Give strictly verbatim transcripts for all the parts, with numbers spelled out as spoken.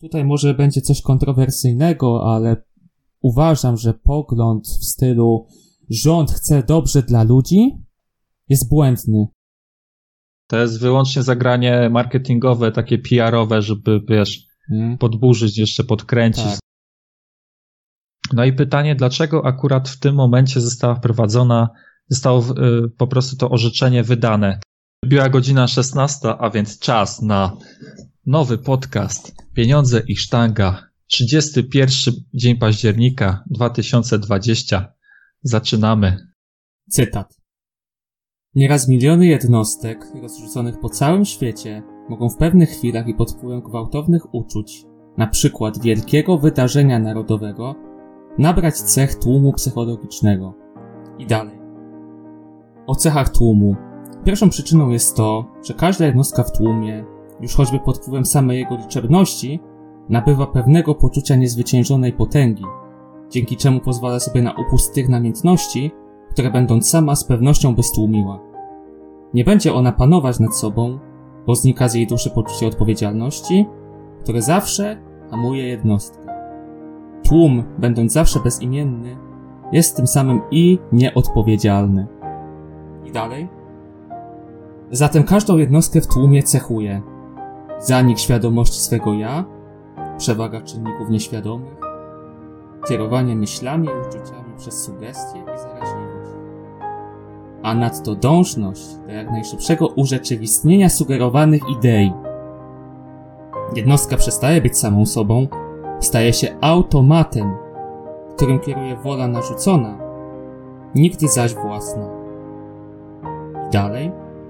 Tutaj może będzie coś kontrowersyjnego, ale uważam, że pogląd w stylu rząd chce dobrze dla ludzi jest błędny. To jest wyłącznie zagranie marketingowe, takie P R-owe, żeby, wiesz, hmm. podburzyć, jeszcze podkręcić. Tak. No i pytanie, dlaczego akurat w tym momencie została wprowadzona, zostało y, po prostu to orzeczenie wydane. Biła godzina szesnasta, a więc czas na nowy podcast Pieniądze i sztanga. trzydziesty pierwszy dzień października dwa tysiące dwudziesty. Zaczynamy. Cytat. Nieraz miliony jednostek rozrzuconych po całym świecie mogą w pewnych chwilach i pod wpływem gwałtownych uczuć, na przykład wielkiego wydarzenia narodowego, nabrać cech tłumu psychologicznego. I dalej. O cechach tłumu. Pierwszą przyczyną jest to, że każda jednostka w tłumie, już choćby pod wpływem samej jego liczebności, nabywa pewnego poczucia niezwyciężonej potęgi, dzięki czemu pozwala sobie na upust tych namiętności, które będąc sama z pewnością by stłumiła. Nie będzie ona panować nad sobą, bo znika z jej duszy poczucie odpowiedzialności, które zawsze hamuje jednostkę. Tłum, będąc zawsze bezimienny, jest tym samym i nieodpowiedzialny. I dalej? Zatem każdą jednostkę w tłumie cechuje zanik świadomości swego ja, przewaga czynników nieświadomych, kierowanie myślami i uczuciami przez sugestie i zaraźliwość, a nadto dążność do jak najszybszego urzeczywistnienia sugerowanych idei. Jednostka przestaje być samą sobą, staje się automatem, którym kieruje wola narzucona, nigdy zaś własna. I dalej?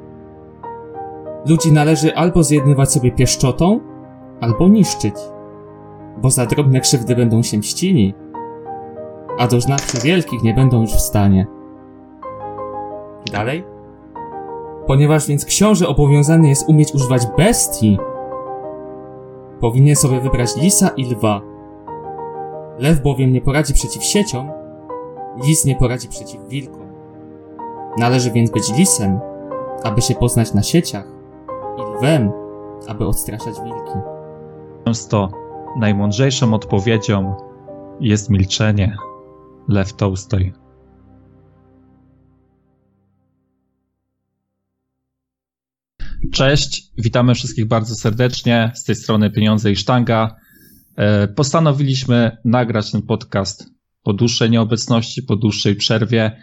Ludzi należy albo zjednywać sobie pieszczotą, albo niszczyć, bo za drobne krzywdy będą się mścili, a doznawcy wielkich nie będą już w stanie. I dalej? Ponieważ więc książę obowiązany jest umieć używać bestii, powinien sobie wybrać lisa i lwa. Lew bowiem nie poradzi przeciw sieciom, lis nie poradzi przeciw wilkom. Należy więc być lisem, aby się poznać na sieciach, i lwem, aby odstraszać wilki. Często najmądrzejszą odpowiedzią jest milczenie. Lew Tolstoj. Cześć, witamy wszystkich bardzo serdecznie. Z tej strony Pieniądze i sztanga. Postanowiliśmy nagrać ten podcast po dłuższej nieobecności, po dłuższej przerwie.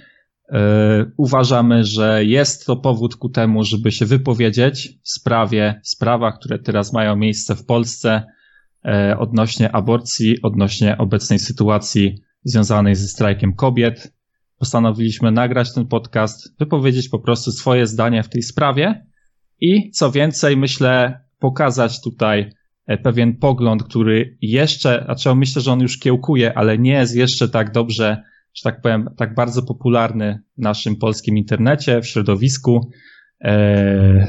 Uważamy, że jest to powód ku temu, żeby się wypowiedzieć w sprawie, sprawach, które teraz mają miejsce w Polsce odnośnie aborcji, odnośnie obecnej sytuacji związanej ze strajkiem kobiet. Postanowiliśmy nagrać ten podcast, wypowiedzieć po prostu swoje zdanie w tej sprawie i co więcej, myślę, pokazać tutaj pewien pogląd, który jeszcze, znaczy myślę, że on już kiełkuje, ale nie jest jeszcze tak dobrze, że tak powiem, tak bardzo popularny w naszym polskim internecie, w środowisku. Eee...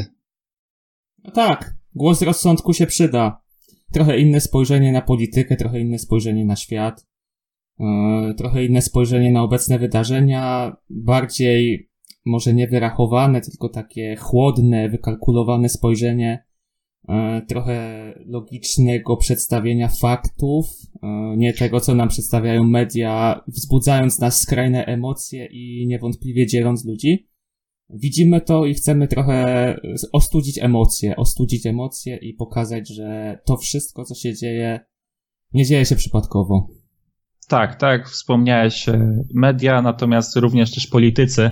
No tak, głos rozsądku się przyda. Trochę inne spojrzenie na politykę, trochę inne spojrzenie na świat, eee, trochę inne spojrzenie na obecne wydarzenia, bardziej może nie wyrachowane, tylko takie chłodne, wykalkulowane spojrzenie, e, trochę logicznego przedstawienia faktów, e, nie tego, co nam przedstawiają media, wzbudzając nas skrajne emocje i niewątpliwie dzieląc ludzi. Widzimy to i chcemy trochę ostudzić emocje, ostudzić emocje i pokazać, że to wszystko, co się dzieje, nie dzieje się przypadkowo. Tak, tak, wspomniałeś media, natomiast również też politycy.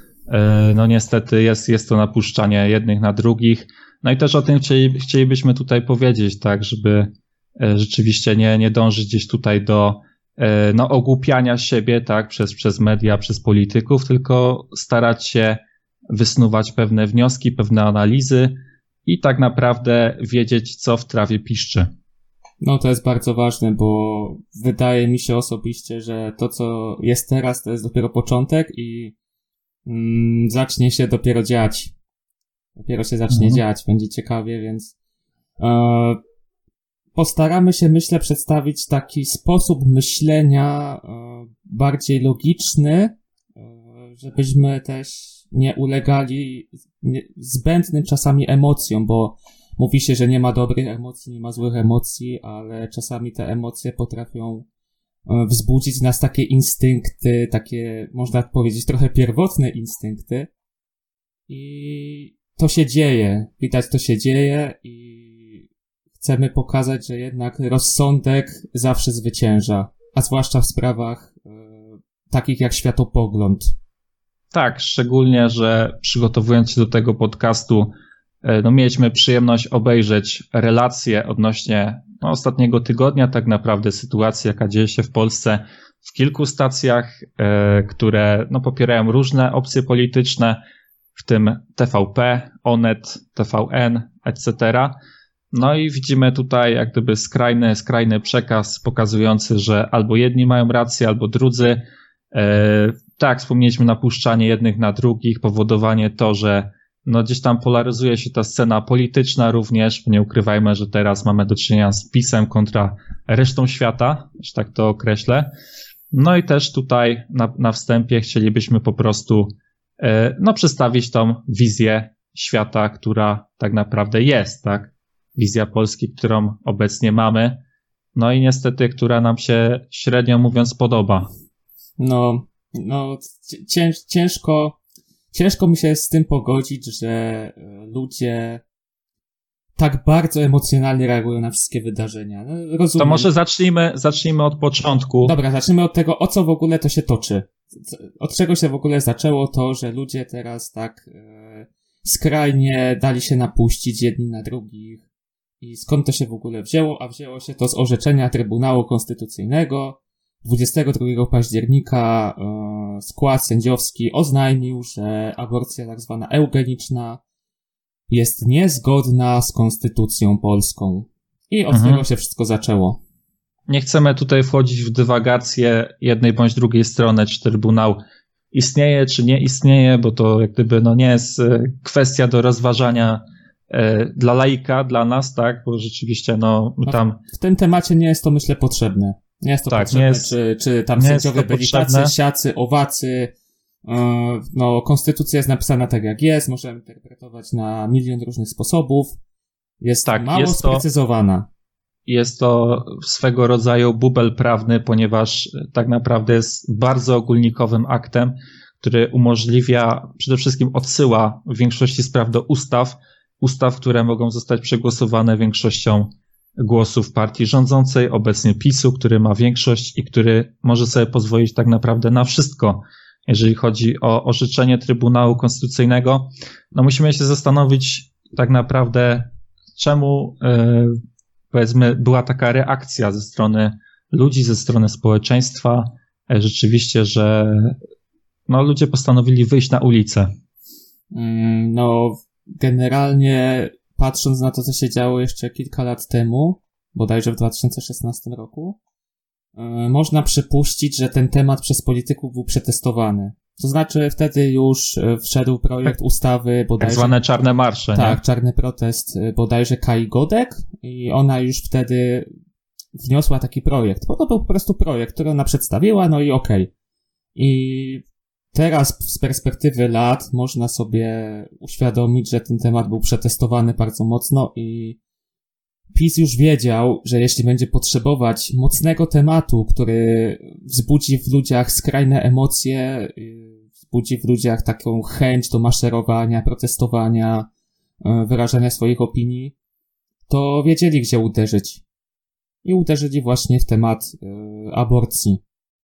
No niestety jest, jest to napuszczanie jednych na drugich. No i też o tym chcieli, chcielibyśmy tutaj powiedzieć, tak, żeby rzeczywiście nie, nie dążyć gdzieś tutaj do no, ogłupiania siebie, tak, przez, przez media, przez polityków, tylko starać się wysnuwać pewne wnioski, pewne analizy i tak naprawdę wiedzieć, co w trawie piszczy. No to jest bardzo ważne, bo wydaje mi się osobiście, że to, co jest teraz, to jest dopiero początek i mm, zacznie się dopiero dziać. Dopiero się zacznie mhm. dziać, będzie ciekawie, więc e, postaramy się, myślę, przedstawić taki sposób myślenia e, bardziej logiczny, e, żebyśmy też nie ulegali nie, zbędnym czasami emocjom, bo mówi się, że nie ma dobrych emocji, nie ma złych emocji, ale czasami te emocje potrafią wzbudzić w nas takie instynkty, takie, można powiedzieć, trochę pierwotne instynkty. I to się dzieje. Widać, to się dzieje i chcemy pokazać, że jednak rozsądek zawsze zwycięża, a zwłaszcza w sprawach e, takich jak światopogląd. Tak, szczególnie, że przygotowując się do tego podcastu, no mieliśmy przyjemność obejrzeć relacje odnośnie no, ostatniego tygodnia, tak naprawdę sytuacji, jaka dzieje się w Polsce w kilku stacjach, e, które no, popierają różne opcje polityczne, w tym T V P, Onet, T V N, et cetera. No i widzimy tutaj jak gdyby skrajny, skrajny przekaz pokazujący, że albo jedni mają rację, albo drudzy. E, tak, wspomnieliśmy napuszczanie jednych na drugich, powodowanie to, że no gdzieś tam polaryzuje się ta scena polityczna również, nie ukrywajmy, że teraz mamy do czynienia z PiS-em kontra resztą świata, że tak to określę. No i też tutaj na, na wstępie chcielibyśmy po prostu e, no przedstawić tą wizję świata, która tak naprawdę jest, tak? Wizja Polski, którą obecnie mamy, no i niestety, która nam się średnio mówiąc podoba. No, no cięż, ciężko Ciężko mi się z tym pogodzić, że ludzie tak bardzo emocjonalnie reagują na wszystkie wydarzenia. No, rozumiem. To może zacznijmy, zacznijmy od początku. Dobra, zacznijmy od tego, o co w ogóle to się toczy. Od czego się w ogóle zaczęło to, że ludzie teraz tak e, skrajnie dali się napuścić jedni na drugich. I skąd to się w ogóle wzięło? A wzięło się to z orzeczenia Trybunału Konstytucyjnego. dwudziestego drugiego października e, skład sędziowski oznajmił, że aborcja tak zwana eugeniczna jest niezgodna z konstytucją polską. I od mhm. tego się wszystko zaczęło. Nie chcemy tutaj wchodzić w dywagację jednej bądź drugiej strony, czy Trybunał istnieje, czy nie istnieje, bo to jak gdyby no nie jest kwestia do rozważania e, dla laika, dla nas, tak, bo rzeczywiście no tam... No w, w tym temacie nie jest to, myślę, potrzebne. Nie jest to tak, potrzebne, jest, czy, czy tam sędziowie byli tacy, siacy, owacy. Yy, no, konstytucja jest napisana tak jak jest, możemy interpretować na milion różnych sposobów. Jest tak, mało jest sprecyzowana. To, jest to swego rodzaju bubel prawny, ponieważ tak naprawdę jest bardzo ogólnikowym aktem, który umożliwia, przede wszystkim odsyła w większości spraw do ustaw, ustaw, które mogą zostać przegłosowane większością głosów partii rządzącej, obecnie PiSu, który ma większość i który może sobie pozwolić tak naprawdę na wszystko, jeżeli chodzi o orzeczenie Trybunału Konstytucyjnego. No musimy się zastanowić tak naprawdę, czemu yy, powiedzmy była taka reakcja ze strony ludzi, ze strony społeczeństwa, yy, rzeczywiście, że no, ludzie postanowili wyjść na ulicę. Mm, no generalnie patrząc na to, co się działo jeszcze kilka lat temu, bodajże w dwa tysiące szesnastym roku, yy, można przypuścić, że ten temat przez polityków był przetestowany. To znaczy wtedy już wszedł projekt tak, ustawy bodajże... Tak zwane czarne marsze, Tak, nie? czarny protest bodajże Kai Godek i ona już wtedy wniosła taki projekt, bo to był po prostu projekt, który ona przedstawiła, no i okej. Okay. I teraz z perspektywy lat można sobie uświadomić, że ten temat był przetestowany bardzo mocno i PiS już wiedział, że jeśli będzie potrzebować mocnego tematu, który wzbudzi w ludziach skrajne emocje, wzbudzi w ludziach taką chęć do maszerowania, protestowania, wyrażania swoich opinii, to wiedzieli, gdzie uderzyć. I uderzyli właśnie w temat aborcji.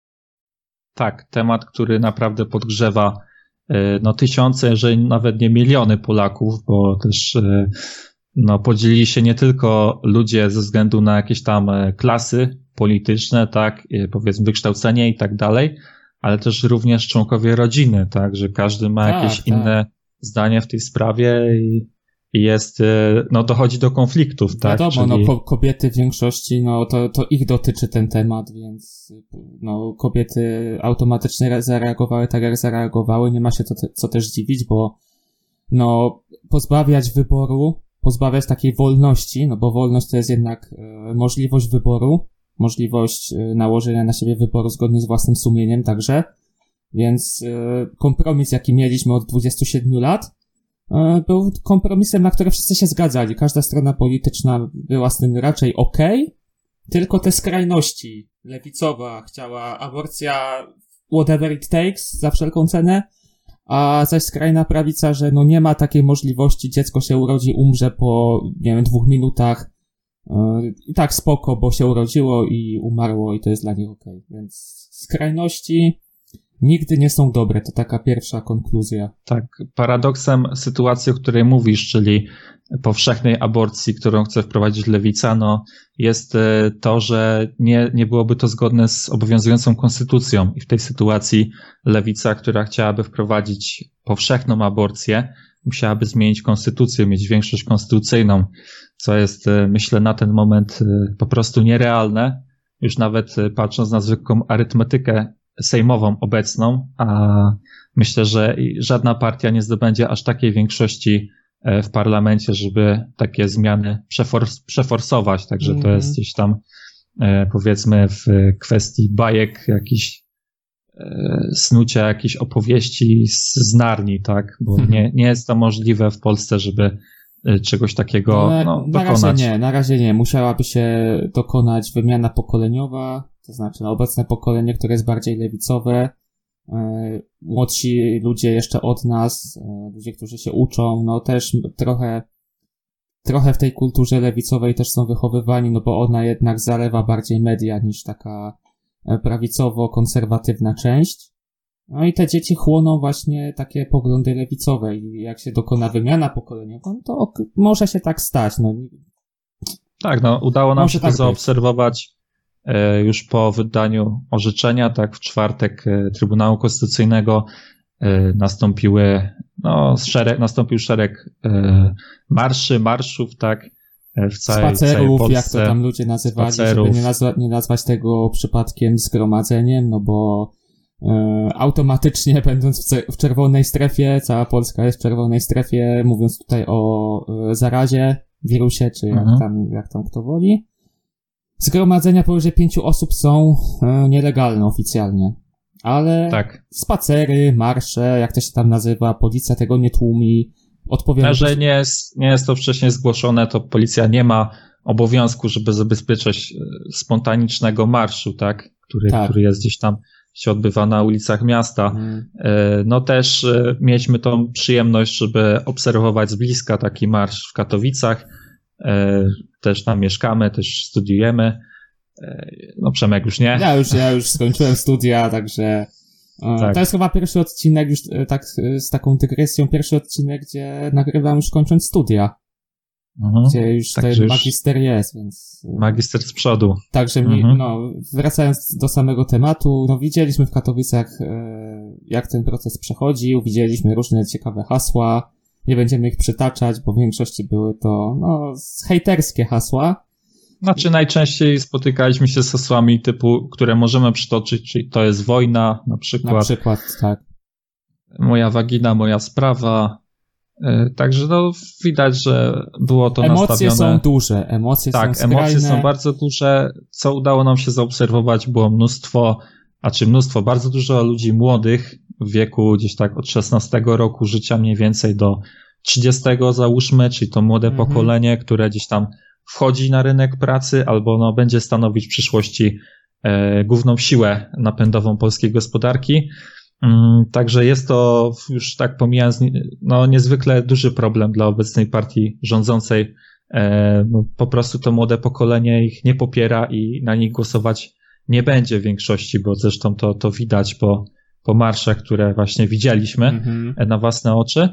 Tak, temat, który naprawdę podgrzewa no, tysiące, jeżeli nawet nie miliony Polaków, bo też no, podzielili się nie tylko ludzie ze względu na jakieś tam klasy polityczne, tak, powiedzmy wykształcenie i tak dalej, ale też również członkowie rodziny, tak, że każdy ma tak, jakieś tak. inne zdanie w tej sprawie i, i jest, no dochodzi do konfliktów, tak. Wiadomo, czyli... no ko- kobiety w większości, no to, to ich dotyczy ten temat, więc no kobiety automatycznie zareagowały tak, jak zareagowały, nie ma się to te, co też dziwić, bo no pozbawiać wyboru, pozbawiać takiej wolności, no bo wolność to jest jednak e, możliwość wyboru, możliwość e, nałożenia na siebie wyboru zgodnie z własnym sumieniem także, więc e, kompromis, jaki mieliśmy od dwudziestu siedmiu lat, był kompromisem, na który wszyscy się zgadzali. Każda strona polityczna była z tym raczej okej, okay, tylko te skrajności. Lewicowa chciała aborcja whatever it takes, za wszelką cenę, a zaś skrajna prawica, że no nie ma takiej możliwości, dziecko się urodzi, umrze po, nie wiem, dwóch minutach. I tak spoko, bo się urodziło i umarło i to jest dla nich okej. Okay. Więc skrajności nigdy nie są dobre. To taka pierwsza konkluzja. Tak, paradoksem sytuacji, o której mówisz, czyli powszechnej aborcji, którą chce wprowadzić lewica, no jest to, że nie, nie byłoby to zgodne z obowiązującą konstytucją i w tej sytuacji lewica, która chciałaby wprowadzić powszechną aborcję, musiałaby zmienić konstytucję, mieć większość konstytucyjną, co jest, myślę, na ten moment po prostu nierealne, już nawet patrząc na zwykłą arytmetykę sejmową obecną, a myślę, że żadna partia nie zdobędzie aż takiej większości w parlamencie, żeby takie zmiany przefors- przeforsować, także mm. to jest gdzieś tam, powiedzmy, w kwestii bajek, jakichś snucia jakiejś opowieści z, z Narni, tak, bo hmm. nie, nie jest to możliwe w Polsce, żeby czegoś takiego no, no, na dokonać. Na razie nie, na razie nie. Musiałaby się dokonać wymiana pokoleniowa, to znaczy no, obecne pokolenie, które jest bardziej lewicowe, e, młodsi ludzie jeszcze od nas, e, ludzie, którzy się uczą, no też trochę trochę w tej kulturze lewicowej też są wychowywani, no bo ona jednak zalewa bardziej media niż taka prawicowo-konserwatywna część. No i te dzieci chłoną właśnie takie poglądy lewicowe i jak się dokona wymiana pokoleniowa, no to może się tak stać. No. Tak, no udało nam może się tak to zaobserwować e, już po wydaniu orzeczenia, tak, w czwartek e, Trybunału Konstytucyjnego e, nastąpiły, no szereg, nastąpił szereg e, marszy, marszów, tak, w całej, spacerów, całej jak to tam ludzie nazywali, spacerów. żeby nie, nazwa, nie nazwać tego przypadkiem zgromadzeniem, no bo e, automatycznie będąc w, ce, w czerwonej strefie, cała Polska jest w czerwonej strefie, mówiąc tutaj o e, zarazie, wirusie, czy jak, mhm. tam, jak tam kto woli. Zgromadzenia powyżej pięciu osób są e, nielegalne oficjalnie, ale tak. Spacery, marsze, jak to się tam nazywa, policja tego nie tłumi. A że nie jest, nie jest to wcześniej zgłoszone, to policja nie ma obowiązku, żeby zabezpieczać spontanicznego marszu, tak? Który, tak. który jest gdzieś tam, się odbywa na ulicach miasta. Hmm. No też mieliśmy tą przyjemność, żeby obserwować z bliska taki marsz w Katowicach. Też tam mieszkamy, też studiujemy. No Przemek już nie. Ja już, ja już skończyłem studia, także... Tak. To jest chyba pierwszy odcinek, już tak z taką dygresją, pierwszy odcinek, gdzie nagrywam już kończąc studia. Mhm. Gdzie już tak, ten magister już jest, więc... Magister z przodu. Także mhm. mi, no, wracając do samego tematu, no widzieliśmy w Katowicach, jak ten proces przechodził, widzieliśmy różne ciekawe hasła, nie będziemy ich przytaczać, bo w większości były to, no, hejterskie hasła. Znaczy najczęściej spotykaliśmy się z hasłami typu, które możemy przytoczyć, czyli to jest wojna, na przykład. Na przykład, tak. Moja wagina, moja sprawa. Także no widać, że było to emocje nastawione... Emocje są duże, emocje tak, są skrajne. Tak, emocje są bardzo duże. Co udało nam się zaobserwować, było mnóstwo, a czy mnóstwo, bardzo dużo ludzi młodych w wieku gdzieś tak od szesnastego roku życia mniej więcej do trzydziestego załóżmy, czyli to młode mhm. pokolenie, które gdzieś tam wchodzi na rynek pracy albo no, będzie stanowić w przyszłości e, główną siłę napędową polskiej gospodarki. Mm, także jest to, już tak pomijając, no, niezwykle duży problem dla obecnej partii rządzącej. E, no, po prostu to młode pokolenie ich nie popiera i na nich głosować nie będzie w większości, bo zresztą to, to widać po, po marszach, które właśnie widzieliśmy mm-hmm. na własne oczy.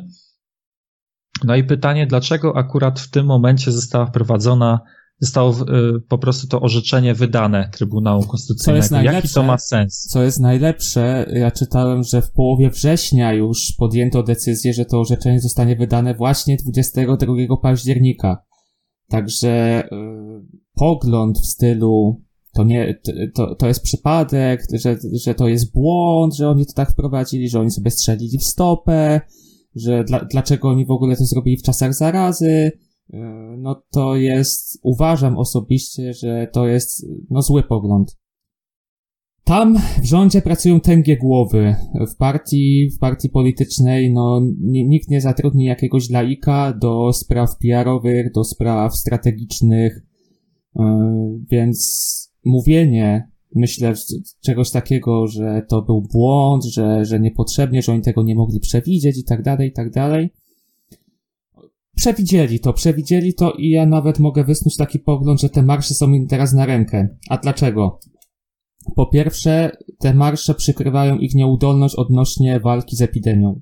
No i pytanie, dlaczego akurat w tym momencie została wprowadzona, zostało y, po prostu to orzeczenie wydane Trybunału Konstytucyjnego. Jaki to ma sens? Co jest najlepsze, ja czytałem, że w połowie września już podjęto decyzję, że to orzeczenie zostanie wydane właśnie dwudziestego drugiego października. Także y, pogląd w stylu to nie, to, to jest przypadek, że, że to jest błąd, że oni to tak wprowadzili, że oni sobie strzelili w stopę, że dla, dlaczego oni w ogóle to zrobili w czasach zarazy, no to jest, uważam osobiście, że to jest, no, zły pogląd. Tam w rządzie pracują tęgie głowy. W partii, w partii politycznej, no, nie, nikt nie zatrudni jakiegoś laika do spraw P R-owych, do spraw strategicznych, yy, więc mówienie, myślę, czegoś takiego, że to był błąd, że, że niepotrzebnie, że oni tego nie mogli przewidzieć i tak dalej, i tak dalej. Przewidzieli to, przewidzieli to i ja nawet mogę wysnuć taki pogląd, że te marsze są im teraz na rękę. A dlaczego? Po pierwsze, te marsze przykrywają ich nieudolność odnośnie walki z epidemią.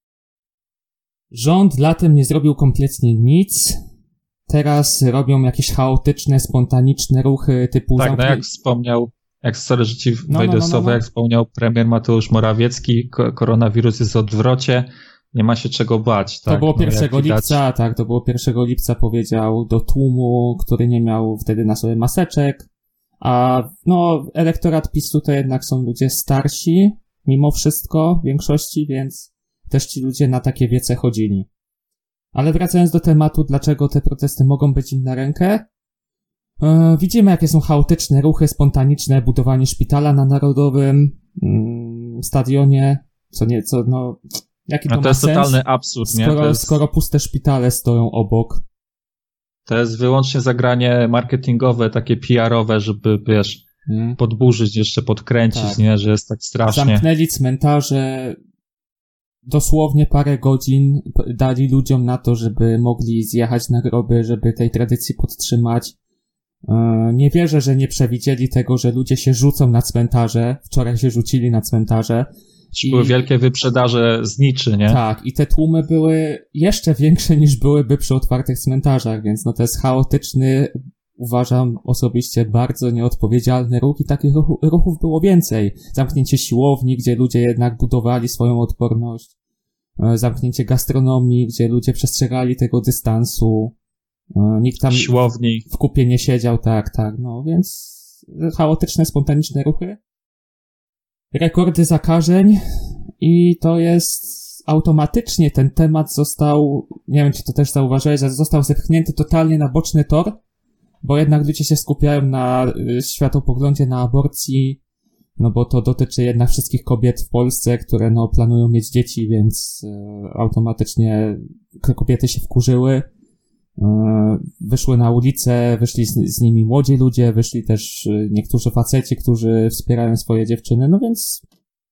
Rząd latem nie zrobił kompletnie nic. Teraz robią jakieś chaotyczne, spontaniczne ruchy typu... Tak, zamknę... no jak wspomniał, jak sorry, że ci no, wejdę no, no, słowo, no, no. jak wspomniał premier Mateusz Morawiecki, ko- koronawirus jest w odwrocie, nie ma się czego bać. Tak? To było no, pierwszego lipca, tak, to było pierwszego lipca powiedział do tłumu, który nie miał wtedy na sobie maseczek. A no, elektorat PiSu to jednak są ludzie starsi, mimo wszystko, w większości, więc też ci ludzie na takie wiece chodzili. Ale wracając do tematu, dlaczego te protesty mogą być im na rękę, e, widzimy, jakie są chaotyczne ruchy, spontaniczne, budowanie szpitala na Narodowym mm, Stadionie, co nie, co no, jaki to, no to ma jest sens, totalny absurd, nie? skoro, To jest... skoro puste szpitale stoją obok. To jest wyłącznie zagranie marketingowe, takie P R-owe, żeby, wiesz, hmm. podburzyć, jeszcze podkręcić, tak. Nie, że jest tak strasznie. Zamknęli cmentarze, dosłownie parę godzin dali ludziom na to, żeby mogli zjechać na groby, żeby tej tradycji podtrzymać. Nie wierzę, że nie przewidzieli tego, że ludzie się rzucą na cmentarze. Wczoraj się rzucili na cmentarze. I były wielkie wyprzedaże zniczy, nie? Tak, i te tłumy były jeszcze większe niż byłyby przy otwartych cmentarzach, więc no to jest chaotyczny, uważam osobiście bardzo nieodpowiedzialny ruch i takich ruch, ruchów było więcej. Zamknięcie siłowni, gdzie ludzie jednak budowali swoją odporność. Zamknięcie gastronomii, gdzie ludzie przestrzegali tego dystansu. Nikt tam siłowni w kupie nie siedział, tak, tak, no więc chaotyczne, spontaniczne ruchy. Rekordy zakażeń i to jest automatycznie ten temat został, nie wiem czy to też zauważyłeś, że został zepchnięty totalnie na boczny tor, bo jednak ludzie się skupiają na światopoglądzie, na aborcji, no bo to dotyczy jednak wszystkich kobiet w Polsce, które no planują mieć dzieci, więc e, automatycznie kobiety się wkurzyły, e, wyszły na ulicę, wyszli z, z nimi młodzi ludzie, wyszli też niektórzy faceci, którzy wspierają swoje dziewczyny, no więc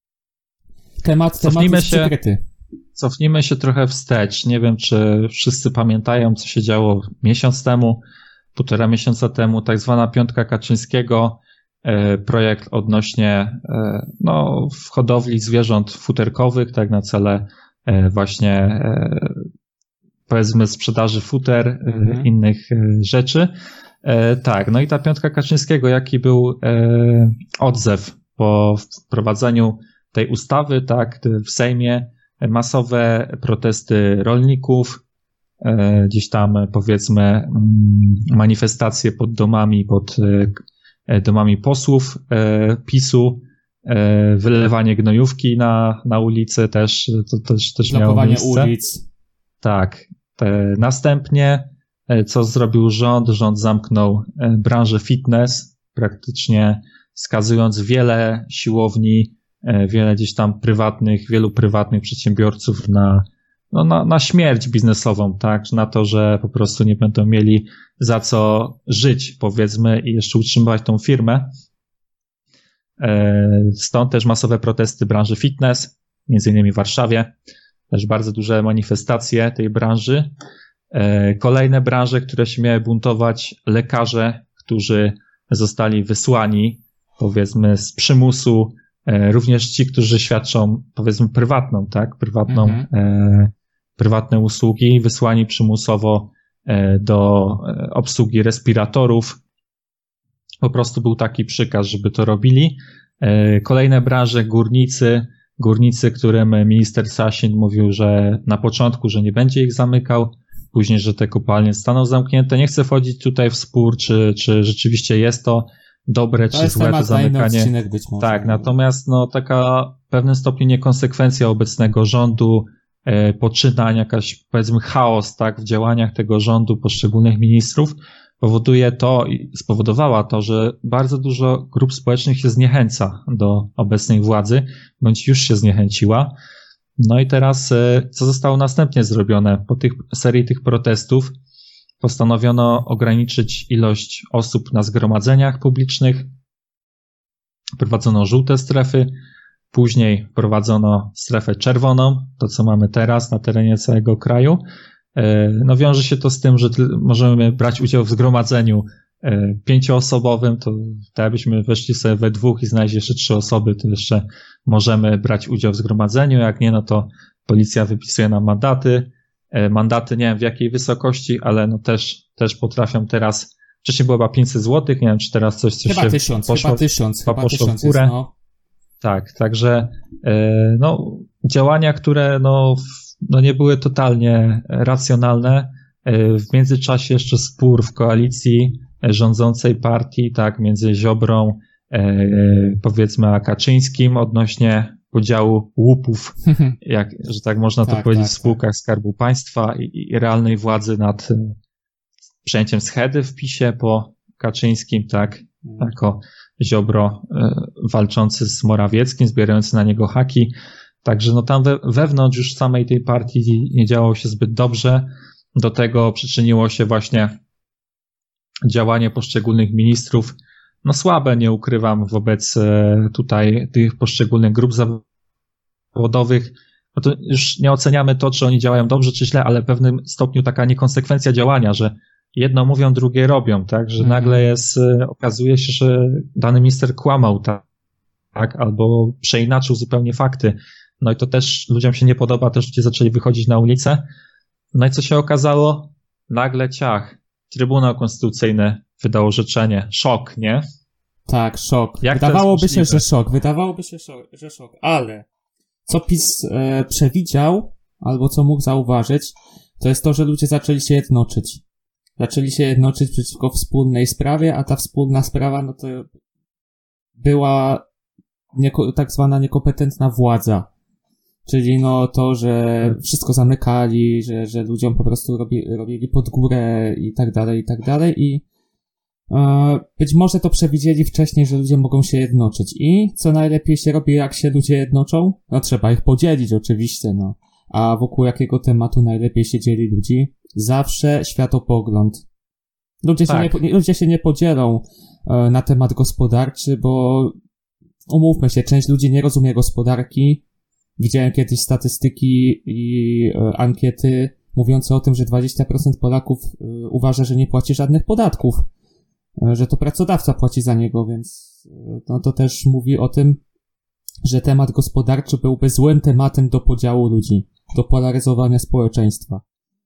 temat, temat jest się, przykryty. Cofnijmy się trochę wstecz. Nie wiem, czy wszyscy pamiętają, co się działo miesiąc temu, półtora miesiąca temu, tak zwana piątka Kaczyńskiego, projekt odnośnie no, w hodowli zwierząt futerkowych, tak na cele właśnie powiedzmy sprzedaży futer, mhm. innych rzeczy. Tak, no i ta piątka Kaczyńskiego, jaki był odzew po wprowadzeniu tej ustawy, tak, w Sejmie, masowe protesty rolników, gdzieś tam powiedzmy manifestacje pod domami, pod domami posłów PiSu, wylewanie gnojówki na, na ulicy też, to też, też miało miejsce. Ulic. Tak. Następnie co zrobił rząd? Rząd zamknął branżę fitness, praktycznie skazując wiele siłowni, wiele gdzieś tam prywatnych, wielu prywatnych przedsiębiorców na, no na, na śmierć biznesową, tak? Na to, że po prostu nie będą mieli za co żyć, powiedzmy, i jeszcze utrzymywać tą firmę. Stąd też masowe protesty branży fitness, między innymi w Warszawie. Też bardzo duże manifestacje tej branży. Kolejne branże, które się miały buntować, lekarze, którzy zostali wysłani, powiedzmy, z przymusu, również ci, którzy świadczą, powiedzmy, prywatną, tak, prywatną, mhm. e, prywatne usługi, wysłani przymusowo e, do obsługi respiratorów. Po prostu był taki przykaz, żeby to robili. E, kolejne branże, górnicy, górnicy, którym minister Sasin mówił, że na początku, że nie będzie ich zamykał, później, że te kopalnie staną zamknięte. Nie chcę wchodzić tutaj w spór, czy, czy rzeczywiście jest to dobre to czy złe to zamykanie. Być może. Tak, natomiast no taka w pewnym stopniu niekonsekwencja obecnego rządu, e, poczynań, jakaś powiedzmy chaos, tak, w działaniach tego rządu, poszczególnych ministrów, powoduje to i spowodowała to, że bardzo dużo grup społecznych się zniechęca do obecnej władzy, bądź już się zniechęciła. No i teraz co zostało następnie zrobione? Po tych serii tych protestów postanowiono ograniczyć ilość osób na zgromadzeniach publicznych, wprowadzono żółte strefy, później wprowadzono strefę czerwoną, to co mamy teraz na terenie całego kraju. No wiąże się to z tym, że możemy brać udział w zgromadzeniu pięcioosobowym, to tak jakbyśmy weszli sobie we dwóch i znaleźli jeszcze trzy osoby, to jeszcze możemy brać udział w zgromadzeniu, jak nie, no to policja wypisuje nam mandaty. Mandaty nie wiem w jakiej wysokości, ale no też, też potrafią teraz, wcześniej było chyba pięćset złotych, nie wiem czy teraz coś, coś chyba się tysiąc, poszło, chyba tysiąc, chyba chyba poszło tysiąc w górę. jest, no. Tak, także no, działania, które no, no nie były totalnie racjonalne. W międzyczasie jeszcze spór w koalicji rządzącej partii, tak, między Ziobrą, powiedzmy, a Kaczyńskim odnośnie podziału łupów, jak, że tak można to tak, powiedzieć, tak, w spółkach tak. Skarbu Państwa i, i realnej władzy nad przejęciem schedy w PiSie po Kaczyńskim, tak, jako Ziobro walczący z Morawieckim, zbierający na niego haki. Także no tam we, wewnątrz już samej tej partii nie działo się zbyt dobrze. Do tego przyczyniło się właśnie działanie poszczególnych ministrów. No słabe, nie ukrywam, wobec tutaj tych poszczególnych grup zawodowych. No to już nie oceniamy to, czy oni działają dobrze, czy źle, ale w pewnym stopniu taka niekonsekwencja działania, że jedno mówią, drugie robią, tak, że mm. nagle jest, okazuje się, że dany minister kłamał, tak, tak, albo przeinaczył zupełnie fakty. No i to też ludziom się nie podoba, też ludzie zaczęli wychodzić na ulicę. No i co się okazało? Nagle ciach. Trybunał Konstytucyjny wydał orzeczenie. Szok, nie? Tak, szok. Jak Wydawałoby się, że szok. Wydawałoby się, że szok. Ale co PiS e, przewidział, albo co mógł zauważyć, to jest to, że ludzie zaczęli się jednoczyć. Zaczęli się jednoczyć przeciwko wspólnej sprawie, a ta wspólna sprawa, no to była nieko, tak zwana niekompetentna władza. Czyli no to, że wszystko zamykali, że, że ludziom po prostu robi, robili pod górę i tak dalej, i tak dalej. I e, być może to przewidzieli wcześniej, że ludzie mogą się jednoczyć. I co najlepiej się robi, jak się ludzie jednoczą? No trzeba ich podzielić oczywiście, no. A wokół jakiego tematu najlepiej się dzieli ludzi? Zawsze światopogląd. Ludzie, tak. się, nie, ludzie się nie podzielą e, na temat gospodarczy, bo umówmy się, część ludzi nie rozumie gospodarki. Widziałem kiedyś statystyki i e, ankiety mówiące o tym, że dwadzieścia procent Polaków e, uważa, że nie płaci żadnych podatków, e, że to pracodawca płaci za niego, więc e, no, to też mówi o tym, że temat gospodarczy byłby złym tematem do podziału ludzi, do polaryzowania społeczeństwa.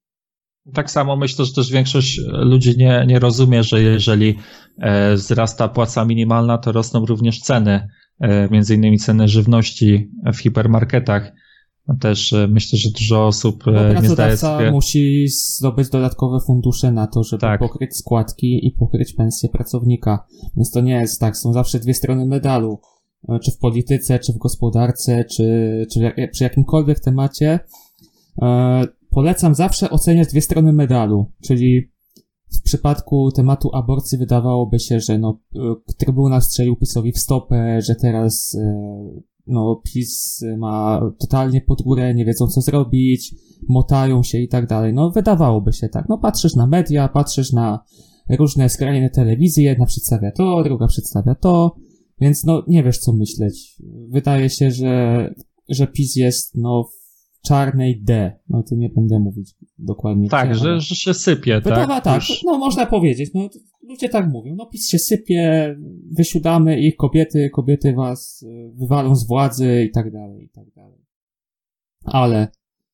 Tak samo myślę, że też większość ludzi nie, nie rozumie, że jeżeli e, wzrasta płaca minimalna, to rosną również ceny, e, między innymi ceny żywności w hipermarketach. Też e, myślę, że dużo osób e, nie zdaje sobie... Pracodawca musi zdobyć dodatkowe fundusze na to, żeby tak. pokryć składki i pokryć pensję pracownika. Więc to nie jest tak, są zawsze dwie strony medalu. E, czy w polityce, czy w gospodarce, czy, czy jak, przy jakimkolwiek temacie. E, Polecam zawsze oceniać dwie strony medalu, czyli w przypadku tematu aborcji wydawałoby się, że no, Trybunał strzelił PiS-owi w stopę, że teraz no, PiS ma totalnie pod górę, nie wiedzą co zrobić, motają się i tak dalej. No wydawałoby się tak. No patrzysz na media, patrzysz na różne skrajne telewizje, jedna przedstawia to, druga przedstawia to, więc no nie wiesz co myśleć. Wydaje się, że, że PiS jest no czarnej D. No to nie będę mówić dokładnie. Tak, gdzie, że, ale... że się sypie, Wydawa, tak? tak, Już... no można powiedzieć. No ludzie tak mówią. No PiS się sypie, wysiadamy ich, kobiety, kobiety was wywalą z władzy i tak dalej, i tak dalej. Ale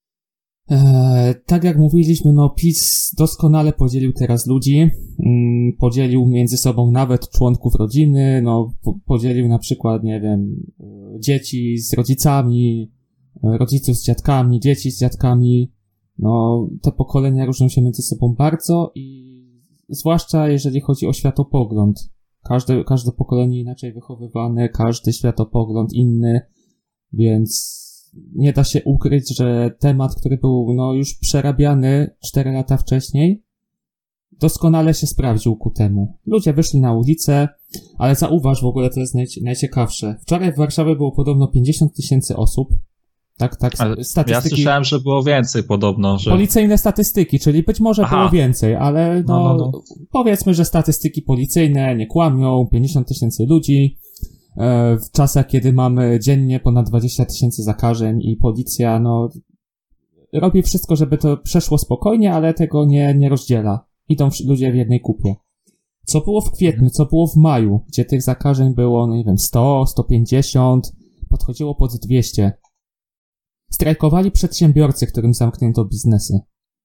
e, tak jak mówiliśmy, no PiS doskonale podzielił teraz ludzi. Mm, podzielił między sobą nawet członków rodziny, no po, podzielił na przykład, nie wiem, dzieci z rodzicami, rodziców z dziadkami, dzieci z dziadkami, no te pokolenia różnią się między sobą bardzo i zwłaszcza jeżeli chodzi o światopogląd. Każde, każde pokolenie inaczej wychowywane, każdy światopogląd inny, więc nie da się ukryć, że temat, który był no już przerabiany cztery lata wcześniej, doskonale się sprawdził ku temu. Ludzie wyszli na ulicę, ale zauważ, w ogóle to jest naj- najciekawsze. Wczoraj w Warszawie było podobno pięćdziesiąt tysięcy osób. Tak, tak, ale statystyki. Ja słyszałem, że było więcej podobno. Że... Policyjne statystyki, czyli być może Aha. było więcej, ale no, no, no, no powiedzmy, że statystyki policyjne nie kłamią, pięćdziesiąt tysięcy ludzi. W czasach, kiedy mamy dziennie ponad dwadzieścia tysięcy zakażeń i policja, no, robi wszystko, żeby to przeszło spokojnie, ale tego nie, nie rozdziela. Idą ludzie w jednej kupie. Co było w kwietniu, co było w maju, gdzie tych zakażeń było, no nie wiem, sto, sto pięćdziesiąt, podchodziło pod dwieście. Strajkowali przedsiębiorcy, którym zamknięto biznesy.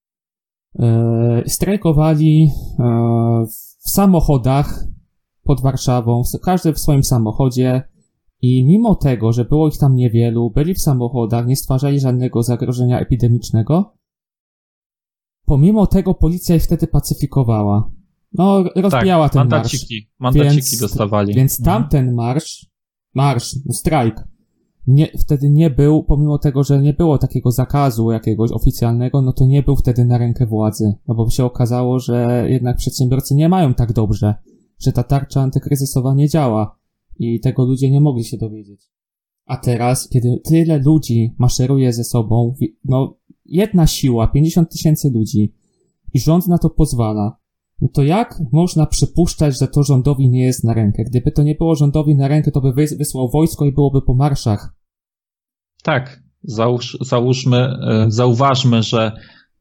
Yy, strajkowali yy, w samochodach pod Warszawą, każdy w swoim samochodzie i mimo tego, że było ich tam niewielu, byli w samochodach, nie stwarzali żadnego zagrożenia epidemicznego, pomimo tego policja ich wtedy pacyfikowała. No, rozbijała tak, ten mandaciki, marsz. mandaciki więc, dostawali. Więc tamten marsz, marsz, no strajk, nie, wtedy nie był, pomimo tego, że nie było takiego zakazu jakiegoś oficjalnego, no to nie był wtedy na rękę władzy. No bo się okazało, że jednak przedsiębiorcy nie mają tak dobrze, że ta tarcza antykryzysowa nie działa i tego ludzie nie mogli się dowiedzieć. A teraz, kiedy tyle ludzi maszeruje ze sobą, no jedna siła, pięćdziesiąt tysięcy ludzi i rząd na to pozwala, no to jak można przypuszczać, że to rządowi nie jest na rękę? Gdyby to nie było rządowi na rękę, to by wysłał wojsko i byłoby po marszach. Tak, załóż, załóżmy, zauważmy, że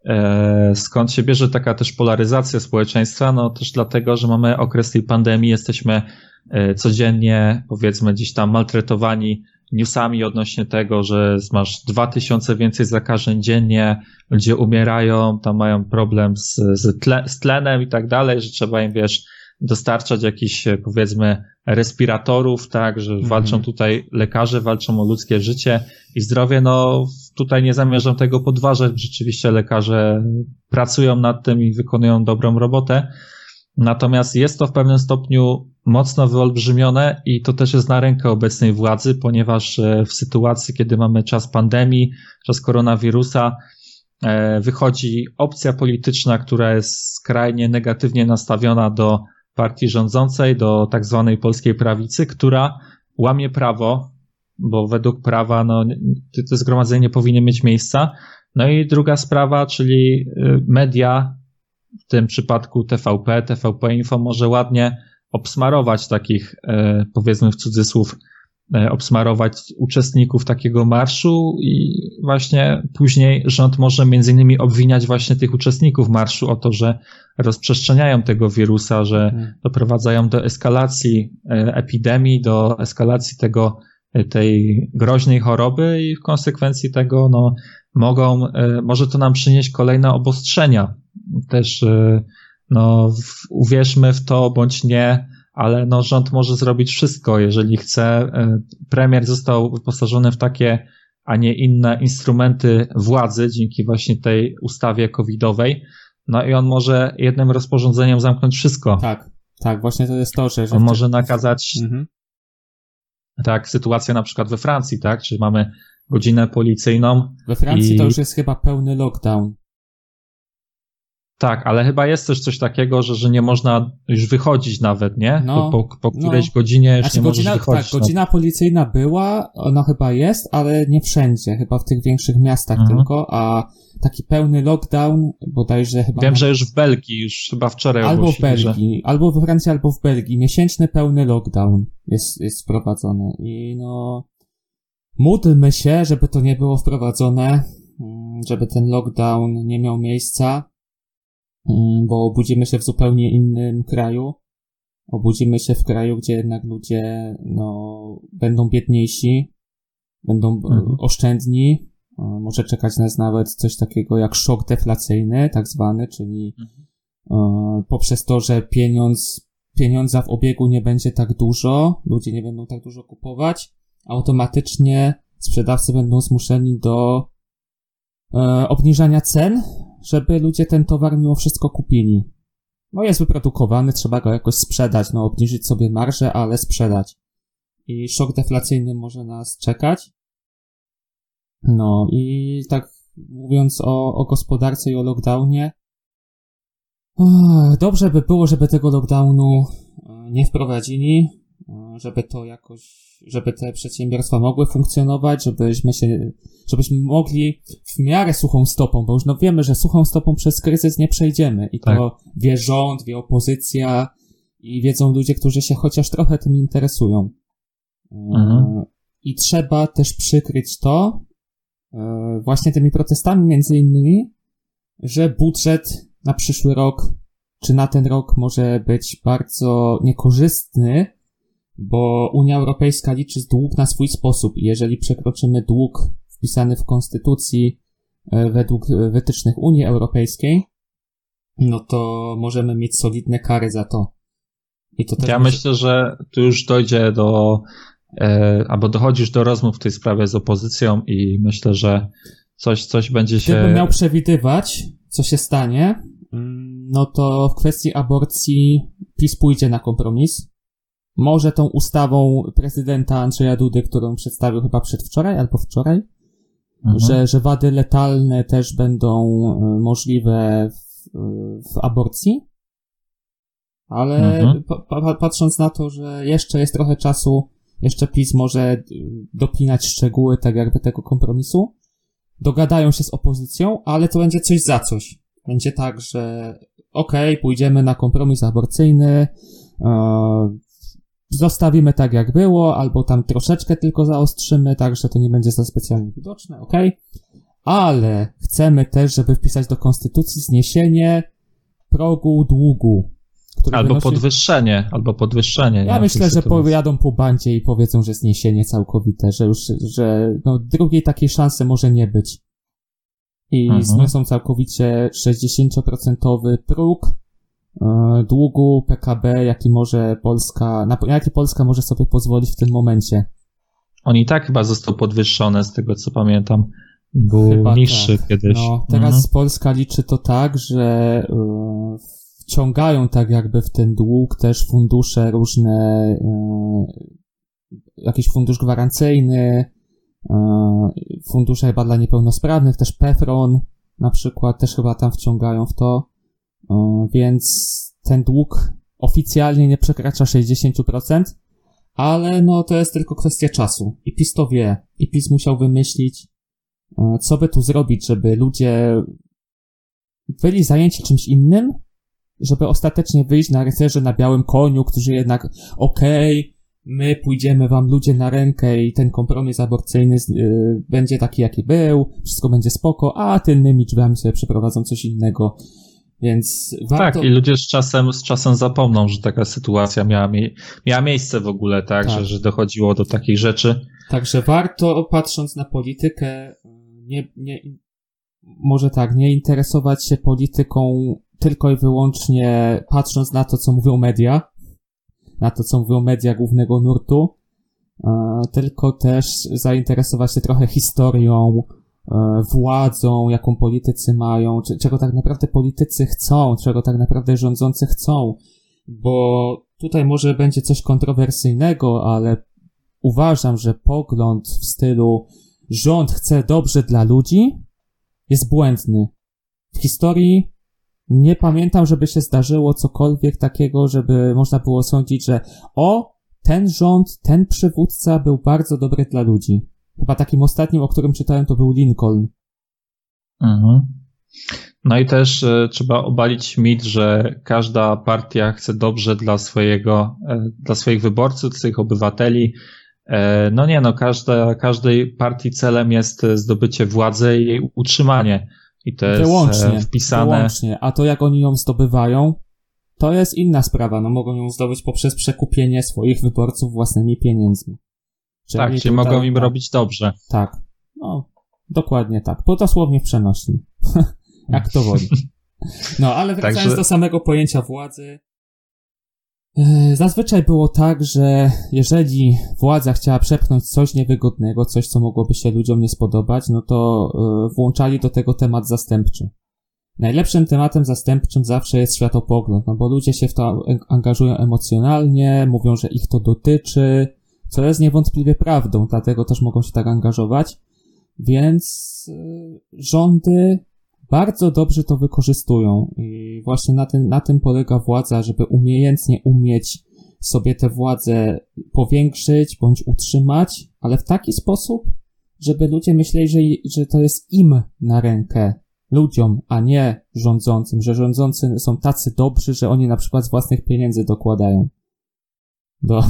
e, skąd się bierze taka też polaryzacja społeczeństwa, no też dlatego, że mamy okres tej pandemii, jesteśmy e, codziennie, powiedzmy, gdzieś tam maltretowani newsami odnośnie tego, że masz dwa tysiące więcej zakażeń dziennie, ludzie umierają, tam mają problem z, z, tle, z tlenem i tak dalej, że trzeba im, wiesz, dostarczać jakichś, powiedzmy, respiratorów, tak, że mhm. walczą tutaj lekarze, walczą o ludzkie życie i zdrowie. No tutaj nie zamierzam tego podważać, rzeczywiście lekarze pracują nad tym i wykonują dobrą robotę, natomiast jest to w pewnym stopniu mocno wyolbrzymione i to też jest na rękę obecnej władzy, ponieważ w sytuacji, kiedy mamy czas pandemii, czas koronawirusa, wychodzi opcja polityczna, która jest skrajnie negatywnie nastawiona do partii rządzącej, do tak zwanej polskiej prawicy, która łamie prawo, bo według prawa no, to zgromadzenie nie powinno mieć miejsca. No i druga sprawa, czyli media, w tym przypadku T V P, T V P Info może ładnie obsmarować takich, powiedzmy w cudzysłów, obsmarować uczestników takiego marszu i właśnie później rząd może między innymi obwiniać właśnie tych uczestników marszu o to, że rozprzestrzeniają tego wirusa, że hmm. doprowadzają do eskalacji epidemii, do eskalacji tego, tej groźnej choroby i w konsekwencji tego no, mogą, może to nam przynieść kolejne obostrzenia. Też no, uwierzmy w to bądź nie, ale no rząd może zrobić wszystko, jeżeli chce. Premier został wyposażony w takie, a nie inne instrumenty władzy dzięki właśnie tej ustawie covidowej, no i on może jednym rozporządzeniem zamknąć wszystko. Tak, tak, właśnie to jest to, że... że on może nakazać, mhm. tak, sytuacja na przykład we Francji, tak, czyli mamy godzinę policyjną. We Francji i... to już jest chyba pełny lockdown. Tak, ale chyba jest też coś takiego, że, że nie można już wychodzić nawet, nie? No, po, po którejś no. godzinie już znaczy, nie godzina, możesz wychodzić. Tak, godzina no. policyjna była, ona chyba jest, ale nie wszędzie, chyba w tych większych miastach mhm. tylko, a taki pełny lockdown, bodajże chyba... Wiem, na... że już w Belgii, już chyba wczoraj Albo ogłosili, w Belgii, że... albo we Francji, albo w Belgii. Miesięczny pełny lockdown jest, jest wprowadzony i no... Módlmy się, żeby to nie było wprowadzone, żeby ten lockdown nie miał miejsca, bo obudzimy się w zupełnie innym kraju. Obudzimy się w kraju, gdzie jednak ludzie no, będą biedniejsi, będą mhm. oszczędni. Może czekać nas nawet coś takiego jak szok deflacyjny, tak zwany, czyli mhm. poprzez to, że pieniądz, pieniądza w obiegu nie będzie tak dużo, ludzie nie będą tak dużo kupować, automatycznie sprzedawcy będą zmuszeni do e, obniżania cen, żeby ludzie ten towar mimo wszystko kupili. No jest wyprodukowany, trzeba go jakoś sprzedać, no obniżyć sobie marżę, ale sprzedać. I szok deflacyjny może nas czekać. No i tak mówiąc o, o gospodarce i o lockdownie, Dobrze by było, żeby tego lockdownu nie wprowadzili, żeby to jakoś, żeby te przedsiębiorstwa mogły funkcjonować, żebyśmy się, żebyśmy mogli w miarę suchą stopą, bo już no wiemy, że suchą stopą przez kryzys nie przejdziemy i to tak. Wie rząd, wie opozycja i wiedzą ludzie, którzy się chociaż trochę tym interesują. Mhm. I trzeba też przykryć to właśnie tymi protestami między innymi, że budżet na przyszły rok, czy na ten rok może być bardzo niekorzystny, bo Unia Europejska liczy dług na swój sposób i jeżeli przekroczymy dług wpisany w konstytucji według wytycznych Unii Europejskiej, no to możemy mieć solidne kary za to. I to też ja może... myślę, że tu już dojdzie do, e, albo dochodzisz do rozmów w tej sprawie z opozycją i myślę, że coś, coś będzie się... Gdybym miał przewidywać, co się stanie, no to w kwestii aborcji PiS pójdzie na kompromis. Może tą ustawą prezydenta Andrzeja Dudy, którą przedstawił chyba przedwczoraj albo wczoraj, mhm. że, że wady letalne też będą możliwe w, w aborcji. Ale mhm. pa, patrząc na to, że jeszcze jest trochę czasu, jeszcze PiS może dopinać szczegóły tak jakby tego kompromisu, dogadają się z opozycją, ale to będzie coś za coś. Będzie tak, że okej, okay, pójdziemy na kompromis aborcyjny, e, zostawimy tak jak było, albo tam troszeczkę tylko zaostrzymy, tak, że to nie będzie za specjalnie widoczne, okej, okay. Ale chcemy też, żeby wpisać do konstytucji zniesienie progu długu. Albo wynosi... podwyższenie, albo podwyższenie. Ja nie? myślę, że pojadą po bandzie i powiedzą, że zniesienie całkowite, że już, że no drugiej takiej szansy może nie być. I mhm. zniosą całkowicie sześćdziesiąt procent próg e, długu P K B, jaki może Polska, na jaki Polska może sobie pozwolić w tym momencie. On i tak chyba został podwyższony, z tego co pamiętam. Był chyba niższy tak. kiedyś. No, teraz mhm. Polska liczy to tak, że e, wciągają tak jakby w ten dług też fundusze różne, e, jakiś fundusz gwarancyjny, fundusze chyba dla niepełnosprawnych, też PEFRON na przykład też chyba tam wciągają w to, więc ten dług oficjalnie nie przekracza sześćdziesiąt procent, ale no to jest tylko kwestia czasu i PiS to wie i PiS musiał wymyślić, co by tu zrobić, żeby ludzie byli zajęci czymś innym, żeby ostatecznie wyjść na rycerzy na białym koniu, którzy jednak okej, okay, my pójdziemy wam ludzie na rękę i ten kompromis aborcyjny yy, będzie taki jaki był, wszystko będzie spoko, a tylnymi drzwiami sobie przeprowadzą coś innego, więc warto... Tak, i ludzie z czasem, z czasem zapomną, że taka sytuacja miała, mie- miała miejsce w ogóle, tak, tak. Że, że dochodziło do takich rzeczy. Także warto, patrząc na politykę, nie, nie, może tak, nie interesować się polityką tylko i wyłącznie patrząc na to, co mówią media, na to, co mówią media głównego nurtu, e, tylko też zainteresować się trochę historią, e, władzą, jaką politycy mają, czy, czego tak naprawdę politycy chcą, czego tak naprawdę rządzący chcą, bo tutaj może będzie coś kontrowersyjnego, ale uważam, że pogląd w stylu rząd chce dobrze dla ludzi jest błędny. W historii nie pamiętam, żeby się zdarzyło cokolwiek takiego, żeby można było sądzić, że o, ten rząd, ten przywódca był bardzo dobry dla ludzi. Chyba takim ostatnim, o którym czytałem, to był Lincoln. Mhm. No i też y, trzeba obalić mit, że każda partia chce dobrze dla swojego, y, dla swoich wyborców, dla swoich obywateli. Y, no nie, no każda, każdej partii celem jest zdobycie władzy i jej utrzymanie. I to wyłącznie, jest wpisane... Wyłącznie, a to jak oni ją zdobywają, to jest inna sprawa. No mogą ją zdobyć poprzez przekupienie swoich wyborców własnymi pieniędzmi. Czyli tak, czyli tutaj, mogą im tak, robić dobrze. Tak, no, dokładnie tak. Po dosłownie w przenośni. Jak to woli. No, ale wracając Także... do samego pojęcia władzy, zazwyczaj było tak, że jeżeli władza chciała przepchnąć coś niewygodnego, coś, co mogłoby się ludziom nie spodobać, no to włączali do tego temat zastępczy. Najlepszym tematem zastępczym zawsze jest światopogląd, no bo ludzie się w to angażują emocjonalnie, mówią, że ich to dotyczy, co jest niewątpliwie prawdą, dlatego też mogą się tak angażować, więc rządy bardzo dobrze to wykorzystują i właśnie na tym, na tym polega władza, żeby umiejętnie umieć sobie tę władzę powiększyć bądź utrzymać, ale w taki sposób, żeby ludzie myśleli, że, że to jest im na rękę, ludziom, a nie rządzącym, że rządzący są tacy dobrzy, że oni na przykład z własnych pieniędzy dokładają do,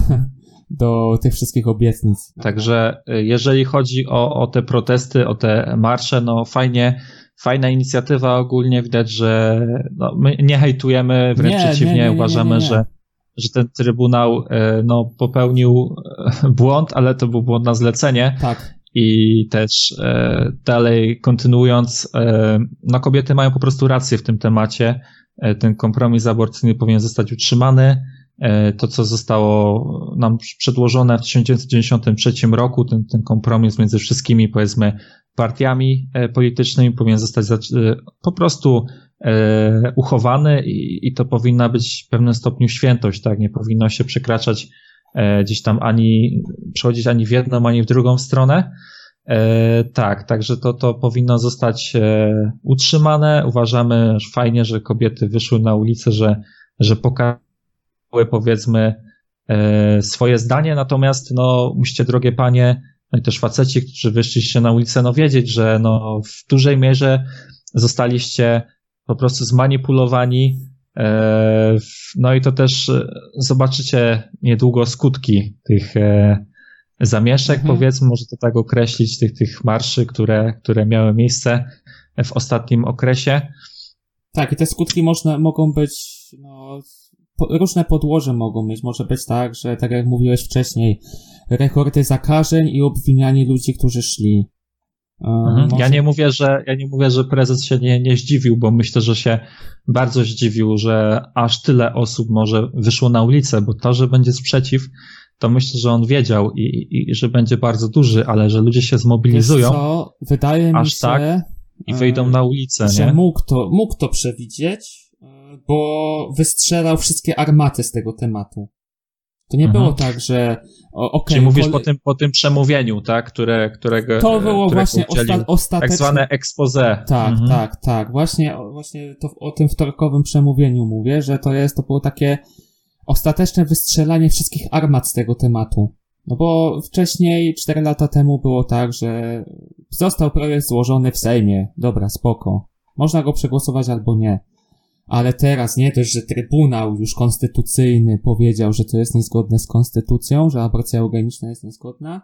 do tych wszystkich obietnic. Także jeżeli chodzi o, o te protesty, o te marsze, no fajnie, fajna inicjatywa ogólnie, widać, że no, my nie hejtujemy, wręcz nie, przeciwnie, nie, nie, nie, uważamy, nie, nie, nie. że że ten Trybunał no, popełnił błąd, ale to był błąd na zlecenie. Tak. I też e, dalej kontynuując, e, no kobiety mają po prostu rację w tym temacie. E, ten kompromis aborcyjny powinien zostać utrzymany. E, to, co zostało nam przedłożone w tysiąc dziewięćset dziewięćdziesiątym trzecim roku, ten, ten kompromis między wszystkimi, powiedzmy, partiami e, politycznymi powinien zostać za, e, po prostu e, uchowany i, i to powinna być w pewnym stopniu świętość, tak? Nie powinno się przekraczać e, gdzieś tam ani, przechodzić ani w jedną, ani w drugą stronę. E, tak, także to, to powinno zostać e, utrzymane. Uważamy, że fajnie, że kobiety wyszły na ulicę, że, że pokazały, powiedzmy, e, swoje zdanie, natomiast no musicie, drogie panie, no i też faceci, którzy wyszliście na ulicę, no wiedzieć, że no w dużej mierze zostaliście po prostu zmanipulowani, e, no i to też zobaczycie niedługo skutki tych e, zamieszek, mhm. powiedzmy, może to tak określić, tych, tych marszy, które, które miały miejsce w ostatnim okresie. Tak, i te skutki można, mogą być, no, po, różne podłoże mogą mieć. Może być tak, że tak jak mówiłeś wcześniej, rekordy zakażeń i obwinianie ludzi, którzy szli. Mhm. Może... Ja nie mówię, że ja nie mówię, że prezes się nie, nie zdziwił, bo myślę, że się bardzo zdziwił, że aż tyle osób może wyszło na ulicę, bo to, że będzie sprzeciw, to myślę, że on wiedział i, i, i że będzie bardzo duży, ale że ludzie się zmobilizują. Wiesz co? Wydaje aż mi się, tak i wyjdą na ulicę, że nie? mógł to, mógł to przewidzieć, bo wystrzelał wszystkie armaty z tego tematu. To nie mhm. było tak, że o, okay, Czyli mówisz kole... po tym, po tym przemówieniu, tak? Które, którego, to było właśnie osta- ostateczne. Tak zwane expose. Tak, mhm. tak, tak. Właśnie, właśnie to o tym wtorkowym przemówieniu mówię, że to jest, to było takie ostateczne wystrzelanie wszystkich armat z tego tematu. No bo wcześniej, cztery lata temu było tak, że został projekt złożony w Sejmie. Dobra, spoko. Można go przegłosować albo nie. Ale teraz nie dość, że Trybunał już konstytucyjny powiedział, że to jest niezgodne z konstytucją, że aborcja eugeniczna jest niezgodna.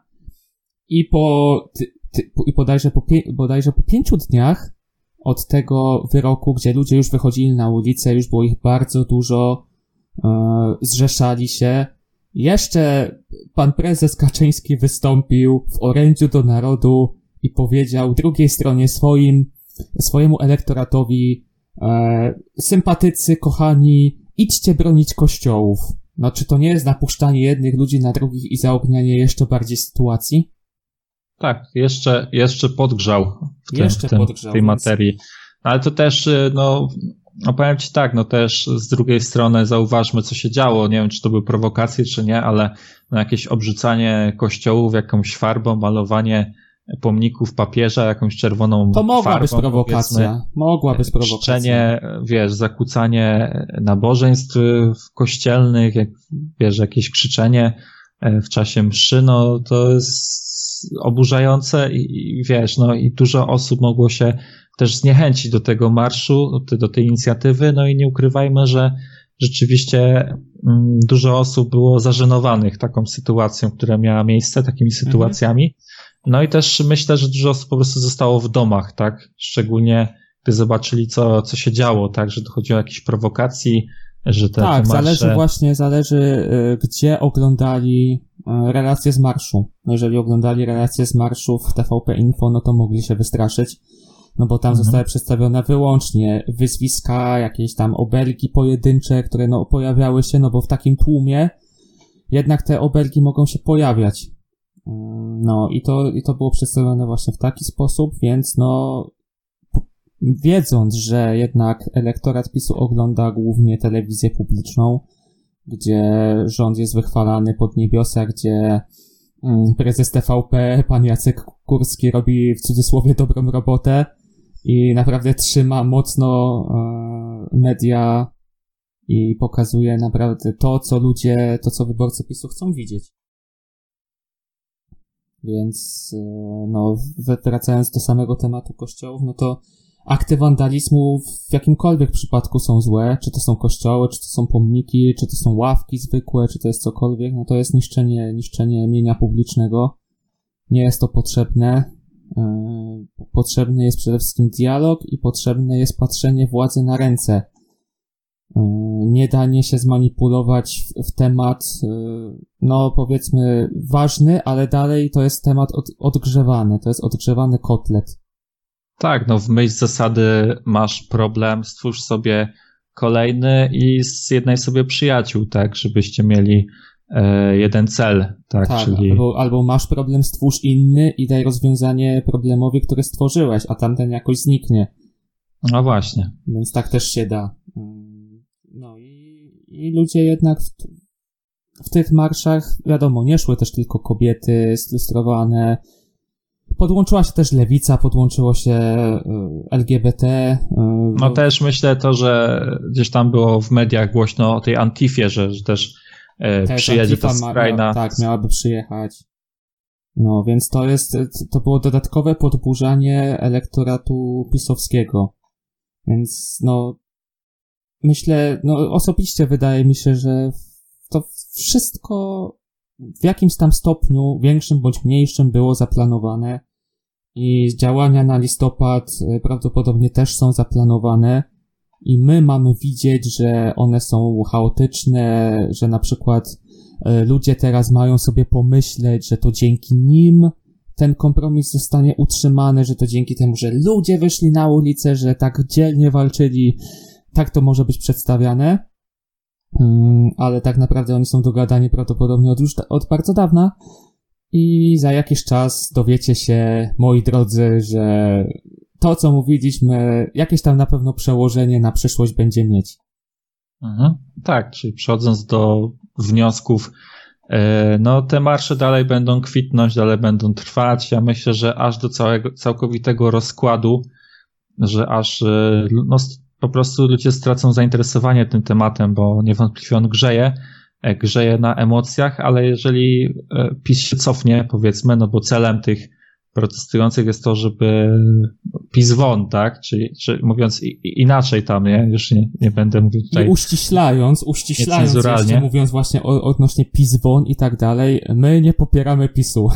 I po, ty, ty, i bodajże po, pię, bodajże po pięciu dniach od tego wyroku, gdzie ludzie już wychodzili na ulicę, już było ich bardzo dużo, e, zrzeszali się. Jeszcze pan prezes Kaczyński wystąpił w orędziu do narodu i powiedział drugiej stronie swoim, swojemu elektoratowi: E, sympatycy, kochani, idźcie bronić kościołów. No, czy to nie jest napuszczanie jednych ludzi na drugich i zaognianie jeszcze bardziej sytuacji? Tak, jeszcze, jeszcze podgrzał w, tym, jeszcze w, tym, podgrzał, w tej więc... materii. Ale to też, no, no powiem ci tak, no też z drugiej strony zauważmy, co się działo. Nie wiem, czy to były prowokacje, czy nie, ale no, jakieś obrzucanie kościołów jakąś farbą, malowanie pomników papieża jakąś czerwoną to mogła farbą, być prowokacja. Mogła być prowokacja. Krzyczenie, wiesz, zakłócanie nabożeństw kościelnych, jak, wiesz, jakieś krzyczenie w czasie mszy, no to jest oburzające i, i wiesz, no i dużo osób mogło się też zniechęcić do tego marszu, do tej inicjatywy, no i nie ukrywajmy, że rzeczywiście dużo osób było zażenowanych taką sytuacją, która miała miejsce, takimi sytuacjami. Mhm. No i też myślę, że dużo osób po prostu zostało w domach, tak? Szczególnie gdy zobaczyli, co, co się działo, tak? Że dochodziło do jakichś prowokacji, że te, tak, te marsze... zależy właśnie, zależy gdzie oglądali relacje z marszu. No jeżeli oglądali relacje z marszu w T V P Info, no to mogli się wystraszyć, no bo tam mhm. zostały przedstawione wyłącznie wyzwiska, jakieś tam obelgi pojedyncze, które no pojawiały się, no bo w takim tłumie jednak te obelgi mogą się pojawiać. No i to, i to było przedstawione właśnie w taki sposób, więc no wiedząc, że jednak elektorat PiSu ogląda głównie telewizję publiczną, gdzie rząd jest wychwalany pod niebiosa, gdzie prezes T V P, pan Jacek Kurski robi w cudzysłowie dobrą robotę i naprawdę trzyma mocno e, media i pokazuje naprawdę to, co ludzie, to, co wyborcy PiSu chcą widzieć. Więc, e, no, wracając do samego tematu kościołów, no to akty wandalizmu w jakimkolwiek przypadku są złe, czy to są kościoły, czy to są pomniki, czy to są ławki zwykłe, czy to jest cokolwiek, no to jest niszczenie, niszczenie mienia publicznego. Nie jest to potrzebne. Yy, potrzebny jest przede wszystkim dialog i potrzebne jest patrzenie władzy na ręce. Yy, nie danie się zmanipulować w, w temat, yy, no powiedzmy ważny, ale dalej to jest temat od, odgrzewany, to jest odgrzewany kotlet. Tak, no w myśl zasady masz problem, stwórz sobie kolejny i zjednaj sobie przyjaciół, tak, żebyście mieli e, jeden cel, tak, tak czyli... Albo, albo masz problem, stwórz inny i daj rozwiązanie problemowi, który stworzyłeś, a tamten jakoś zniknie. No właśnie. Więc tak też się da. No i, i ludzie jednak w, w tych marszach, wiadomo, nie szły też tylko kobiety zlustrowane. Podłączyła się też lewica, podłączyło się L G B T. No też myślę to, że gdzieś tam było w mediach głośno o tej Antifie, że, że też e, przyjedzie ta skrajna... Ma, tak, miałaby przyjechać. No, więc to jest, to było dodatkowe podburzanie elektoratu pisowskiego. Więc, no, myślę, no, osobiście wydaje mi się, że to wszystko w jakimś tam stopniu, większym bądź mniejszym, było zaplanowane i działania na listopad prawdopodobnie też są zaplanowane i my mamy widzieć, że one są chaotyczne, że na przykład ludzie teraz mają sobie pomyśleć, że to dzięki nim ten kompromis zostanie utrzymany, że to dzięki temu, że ludzie wyszli na ulicę, że tak dzielnie walczyli, tak to może być przedstawiane. Hmm, ale tak naprawdę oni są dogadani prawdopodobnie od już od bardzo dawna i za jakiś czas dowiecie się, moi drodzy, że to, co mówiliśmy, jakieś tam na pewno przełożenie na przyszłość będzie mieć. Mhm. Tak, czyli przechodząc do wniosków, no te marsze dalej będą kwitnąć, dalej będą trwać. Ja myślę, że aż do całego, całkowitego rozkładu, że aż no, po prostu ludzie stracą zainteresowanie tym tematem, bo niewątpliwie on grzeje, grzeje na emocjach, ale jeżeli PiS się cofnie, powiedzmy, no bo celem tych protestujących jest to, żeby PiS won, tak? Czyli, czyli mówiąc inaczej tam, nie? Już nie, nie będę mówił tutaj... I uściślając, uściślając jeszcze mówiąc właśnie o, odnośnie PiS won i tak dalej, my nie popieramy PiSu.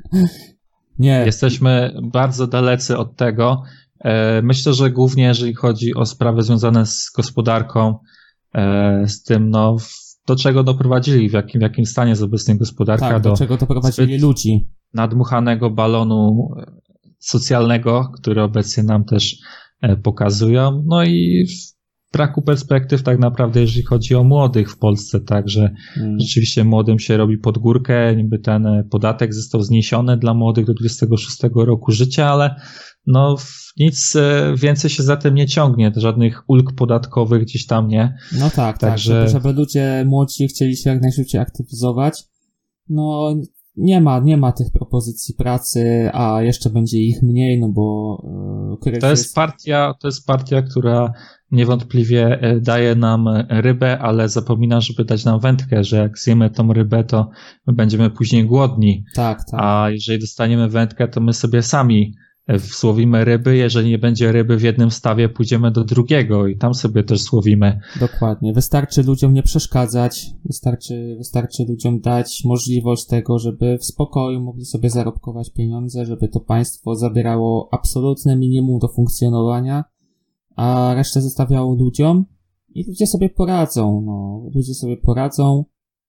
Nie. Jesteśmy bardzo dalecy od tego. Myślę, że głównie jeżeli chodzi o sprawy związane z gospodarką, z tym, no, do czego doprowadzili, w jakim, w jakim stanie jest obecnie gospodarka. Tak, do, do czego doprowadzili ludzi. Nadmuchanego balonu socjalnego, który obecnie nam też pokazują, no i braku perspektyw tak naprawdę, jeżeli chodzi o młodych w Polsce, także hmm. rzeczywiście młodym się robi pod górkę, niby ten podatek został zniesiony dla młodych do dwudziestego szóstego roku życia, ale no nic więcej się za tym nie ciągnie, żadnych ulg podatkowych gdzieś tam nie. No tak, także... tak, żeby, żeby ludzie młodzi chcieli się jak najszybciej aktywizować, no nie ma, nie ma tych propozycji pracy, a jeszcze będzie ich mniej, no bo... Yy, to jest partia, to jest partia, która niewątpliwie daje nam rybę, ale zapomina, żeby dać nam wędkę, że jak zjemy tą rybę, to my będziemy później głodni. Tak, tak. A jeżeli dostaniemy wędkę, to my sobie sami słowimy ryby, jeżeli nie będzie ryby w jednym stawie, pójdziemy do drugiego i tam sobie też słowimy. Dokładnie. Wystarczy ludziom nie przeszkadzać, wystarczy, wystarczy ludziom dać możliwość tego, żeby w spokoju mogli sobie zarobkować pieniądze, żeby to państwo zabierało absolutne minimum do funkcjonowania, a resztę zostawiało ludziom i ludzie sobie poradzą, no, ludzie sobie poradzą,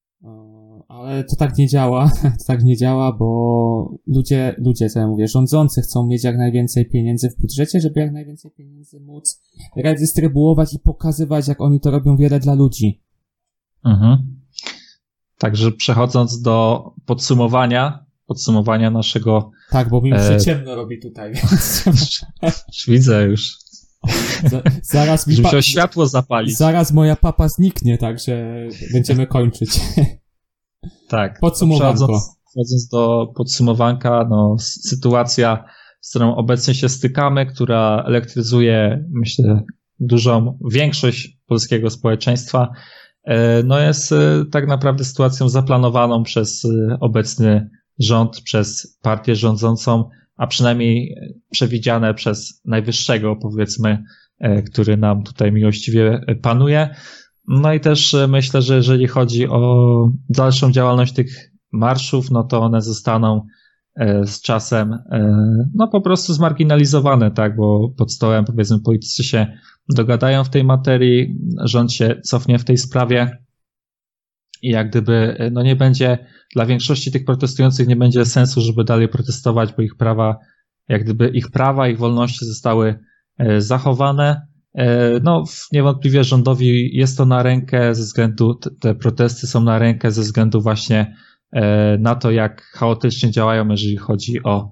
ale to tak nie działa, to tak nie działa, bo ludzie, ludzie, co ja mówię, rządzący chcą mieć jak najwięcej pieniędzy w budżecie, żeby jak najwięcej pieniędzy móc redystrybuować i pokazywać, jak oni to robią wiele dla ludzi. Mhm. Także przechodząc do podsumowania, podsumowania naszego... Tak, bo mi już się e... ciemno robi tutaj, więc... Już widzę już. Z, zaraz mi pa... pa... światło zapalić. Zaraz moja papa zniknie, także będziemy kończyć. Tak. Podsumowanko. Przechodząc, przechodząc do podsumowanka, no sytuacja, z którą obecnie się stykamy, która elektryzuje, myślę, dużą większość polskiego społeczeństwa, no jest tak naprawdę sytuacją zaplanowaną przez obecny rząd, przez partię rządzącą, a przynajmniej przewidziane przez najwyższego, powiedzmy, który nam tutaj miłościwie panuje. No i też myślę, że jeżeli chodzi o dalszą działalność tych marszów, no to one zostaną z czasem no po prostu zmarginalizowane, tak, bo pod stołem, powiedzmy, politycy się dogadają w tej materii, rząd się cofnie w tej sprawie i jak gdyby no nie będzie, dla większości tych protestujących nie będzie sensu, żeby dalej protestować, bo ich prawa, jak gdyby ich prawa, ich wolności zostały zachowane. No niewątpliwie rządowi jest to na rękę ze względu, te protesty są na rękę ze względu właśnie na to, jak chaotycznie działają, jeżeli chodzi o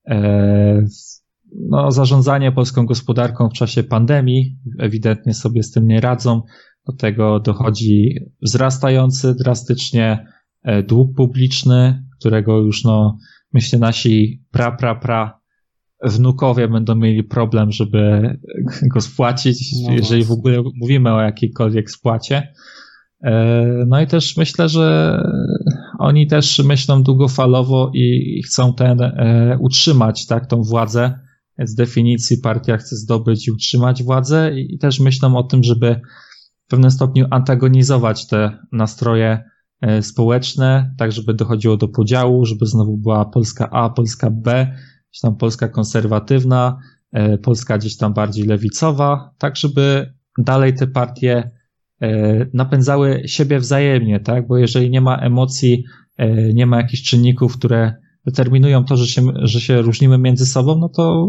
no, zarządzanie polską gospodarką w czasie pandemii. Ewidentnie sobie z tym nie radzą. Do tego dochodzi wzrastający drastycznie dług publiczny, którego już, no, myślę, nasi pra, pra, pra wnukowie będą mieli problem, żeby go spłacić, no jeżeli w ogóle mówimy o jakiejkolwiek spłacie. No i też myślę, że oni też myślą długofalowo i chcą ten utrzymać, tak, tą władzę. Z definicji partia chce zdobyć i utrzymać władzę i też myślą o tym, żeby w pewnym stopniu antagonizować te nastroje społeczne, tak żeby dochodziło do podziału, żeby znowu była Polska A, Polska B, gdzieś tam Polska konserwatywna, Polska gdzieś tam bardziej lewicowa, tak żeby dalej te partie napędzały siebie wzajemnie, tak, bo jeżeli nie ma emocji, nie ma jakichś czynników, które determinują to, że się, że się różnimy między sobą, no to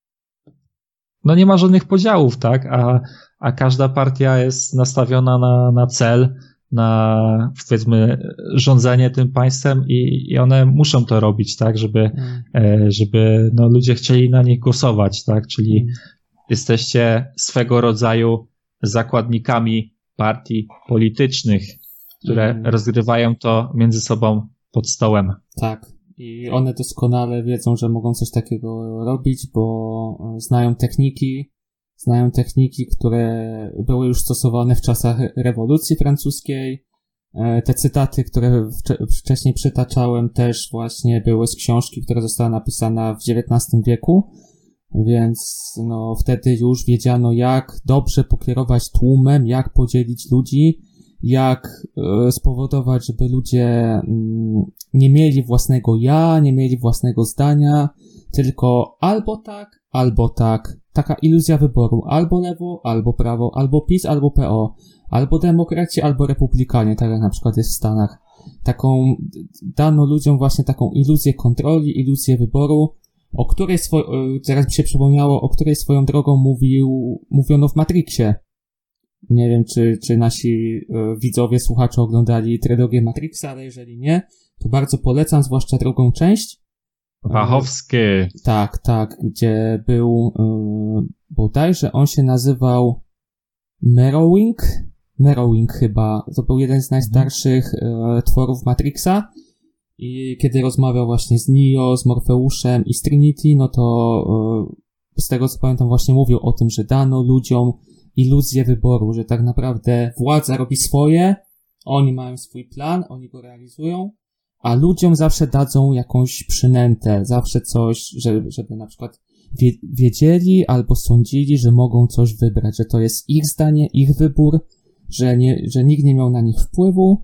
no nie ma żadnych podziałów, tak, a, a każda partia jest nastawiona na, na cel, na, powiedzmy, rządzenie tym państwem i, i one muszą to robić, tak, żeby, mm. żeby no, ludzie chcieli na nich głosować, tak, czyli mm. jesteście swego rodzaju zakładnikami partii politycznych, które mm. rozgrywają to między sobą pod stołem. Tak. I one doskonale wiedzą, że mogą coś takiego robić, bo znają techniki, znają techniki, które były już stosowane w czasach rewolucji francuskiej. Te cytaty, które wcześniej przytaczałem, też właśnie były z książki, która została napisana w dziewiętnastym wieku, więc no wtedy już wiedziano, jak dobrze pokierować tłumem, jak podzielić ludzi, jak spowodować, żeby ludzie nie mieli własnego ja, nie mieli własnego zdania, tylko albo tak, albo tak. Taka iluzja wyboru. Albo lewo, albo prawo, albo PiS, albo P O. Albo demokraci, albo republikanie, tak jak na przykład jest w Stanach. Taką, dano ludziom właśnie taką iluzję kontroli, iluzję wyboru, o której swo- teraz mi się przypomniało, o której swoją drogą mówił, mówiono w Matrixie. Nie wiem, czy, czy nasi y, widzowie, słuchacze oglądali trylogię Matrixa, ale jeżeli nie, to bardzo polecam, zwłaszcza drugą część. Wachowski. Y, tak, tak, gdzie był, y, bodajże on się nazywał Merowing? Merowing chyba. To był jeden z najstarszych y, tworów Matrixa. I kiedy rozmawiał właśnie z Neo, z Morfeuszem i z Trinity, no to y, z tego co pamiętam właśnie mówił o tym, że dano ludziom iluzję wyboru, że tak naprawdę władza robi swoje, oni mają swój plan, oni go realizują, a ludziom zawsze dadzą jakąś przynętę, zawsze coś, żeby, żeby na przykład wiedzieli albo sądzili, że mogą coś wybrać, że to jest ich zdanie, ich wybór, że, nie, że nikt nie miał na nich wpływu.